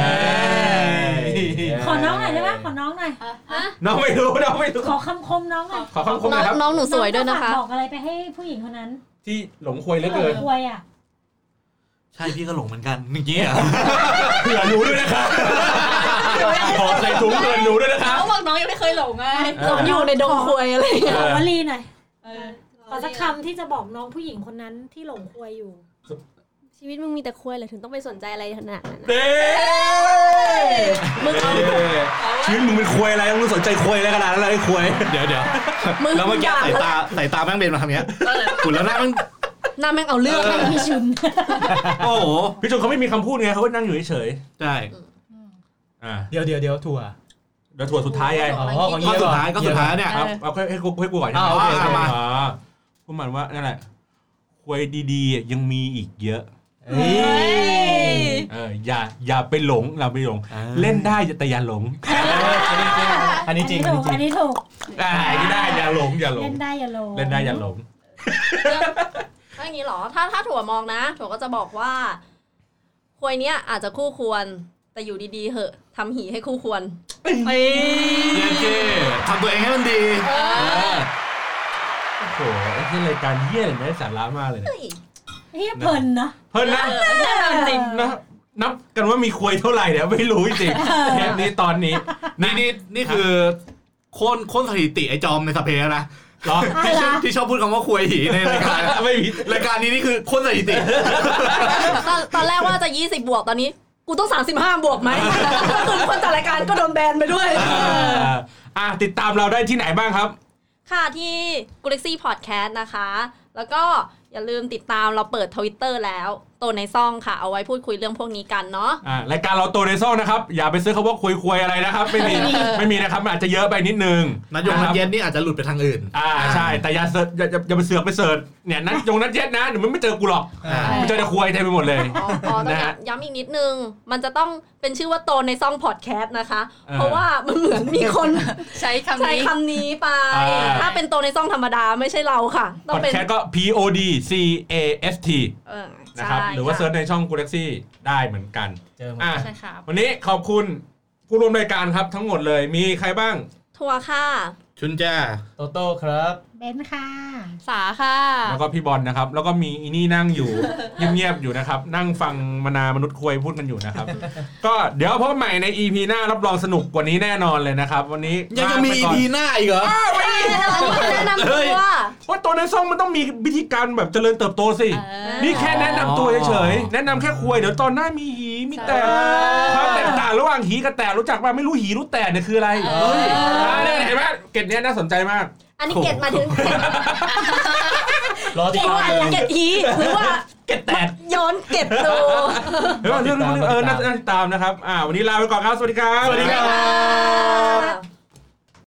ขอน้องหน่อยได้ไหมขอน้องหน่อยน้องไม่รู้น้องไม่รู้ขอคำคมน้องหน่อยขอคำคมหน่อยครับน้องหนูสวยด้วยนะคะบอกอะไรไปให้ผู้หญิงคนนั้นที่หลงคุยเหลือเกินคุยอ่ะใช่พี่ก็หลงเหมือนกันอย่างนี้อ่ะเผื่อหนูด้วยนะครับขอใส่ถุงเกินหนูด้วยนะครับเขาบอกน้องยังไม่เคยหลงไงหลงอยู่ในดงคุยอะไรขอวลีหน่อยขอสักคำที่จะบอกน้องผู้หญิงคนนั้นที่หลงคุยอยู่ชีวิตมึงมีแต่คุยเลยถึงต้องไปสนใจอะไรขนาดนั้นเด้มึงชีวิตมึงเป็นคุยอะไรมึงสนใจคุยอะไรขนาดนั้นเลยคุยเดี๋ยวเดี๋ยวแล้วเมื่อกี้สายตาสายตาแม่งเบนมาทางเนี้ยคุณแล้วหน้ามันหน้าแม่งเอาเรื่องให้พี่ชุนโอ้โหพี่จุนเขาไม่มีคำพูดไงเขาก็นั่งอยู่เฉยใช่ๆอ่าเดี๋ยวเดี๋ยวเดี๋ยวถั่วแล้วถั่วสุดท้ายไงอ๋อของก็เยี่ยสุดท้ายก็สุดท้ายเนี่ยครับเอาให้ให้กูให้กูก่อนอ่าโอเคโอเคมาพูดมันว่านั่นแหละควยดีๆยังมีอีกเยอะเฮ้ยเอออย่าอย่าไปหลงเราไปหลงเล่นได้แต่อย่าหลงอันนี้จริงอันนี้ถูกอ่าไม่ได้อย่าหลงอย่าหลงเล่นได้อย่าลงเล่นได้อย่าหลงถ้าอย่างนี้เหรอถ้าถ้าถั่วมองนะถั่วก็จะบอกว่าควยเนี้ยอาจจะคู่ควรแต่อยู่ดีๆเหอะทำหีให้คู่ควรเฮ้ยเย้เจ้ทำตัวเองให้มันดีโอ้โหไอ้ที่รายการเยี่ยเลยนะสาระมากเลยเนี่ยเฮ้ยเพลินนะเพิ่นนะจริงนะนับกันว่ามีควยเท่าไหร่เนี่ยไม่รู้จริงเทปนี้ตอนนี้นี่นี่นี่คือโค่นโค่นสถิติไอจอมในสเปรนะหรอที่ชอบที่ชอบพูดคำว่าควยหีในรายการไม่มีรายการนี้นี่คือโค่นสถิติตอนตอนแรกว่าจะยี่สิบบวกตอนนี้กูต้องสามสิบห้าบวกไหมก็คือคนจัดรายการก็โดนแบนไปด้วยอ่ะติดตามเราได้ที่ไหนบ้างครับค่ะที่ Galaxy Podcast นะคะ แล้วก็อย่าลืมติดตามเราเปิด Twitter แล้วโตในซ่องค่ะเอาไว้พูดคุยเรื่องพวกนี้กันเนาะอ่ารายการเราโตในซ่องนะครับอย่าไปซื้อคำว่าคุยคุยอะไรนะครับไม่มีไม่มีนะครับมันอาจจะเยอะไปนิดนึงนัดยงนัดเย็นนี่อาจจะหลุดไปทางอื่นอ่าใช่แต่อย่าเสิร์ชอย่าอย่าไปเสือกไปเสิร์ชเนี่ยนัดยงนัดเย็นนะเดี๋ยวมันไม่เจอกูหรอกอ่ามันเจอแต่คุยเต็มไปหมดเลยอ๋ออ๋อต้องนะฮะย้ำอีกนิดนึง มันจะต้องเป็นชื่อว่าโตในซ่องพอดแคสต์นะคะอ่าเพราะว่ามันเหมือนมีคนใช้คำใช้นี้คำนี้ไปอ่าถ้าเป็นโตในซ่องธรรมดาไม่ใช่เราค่ะ ต้พองอดเป็นแคสต์ก็ P O D C A S T เออนะครับใช่หรือว่าค่ะเซิร์ชในช่อง Galaxy ได้เหมือนกันเจอหมดอ่ะใช่ครับวันนี้ขอบคุณผู้ร่วมรายการครับทั้งหมดเลยมีใครบ้างทัวร์ค่ะชุนจ้าโตโต้ครับเบนค่ะสาค่ะแล้วก็พี่บอลนะครับ แล้วก็มีอีนี่นั่งอยู่ เงียบๆอยู่นะครับ นั่งฟังมานามนุษย์คุยพูดกันอยู่นะครับ ก็เดี๋ยวพบกันใหม่ใน อี พี หน้ารับรองสนุกกว่านี้แน่นอนเลยนะครับ วันนี้ยังจะมีลาไปอีก่อนพีหน้าอีกเหรอแนะนำตัวว่าตัวในซ่องมันต้องมีวิธีการแบบเจริญเติบโตสิเออนี่แค่แนะนำตัวเฉยๆแนะนำแค่คุยเดี๋ยวตอนหน้ามีหีมีแต่ความแตกต่างระหว่างหีกับแต่รู้จักป่ะไม่รู้หีรู้แต่เนี่ยคืออะไรเฮ้ยอ่าเนี่ยเห็นไหมเกร็ดเนี้ยน่าสนใจมากอันนี้เก็ตมาถึงรอติดเก็ตตามว่าเลยเก็ตฮีหรือว่าเกร็ดแตกย้อนเก็ตดูเรื่องเรื่องเรื่องเออน่าจะติดตามนะครับอ่าวันนี้ลาไปก่อนครับสวัสดีครับสวัสดีครับค่ะ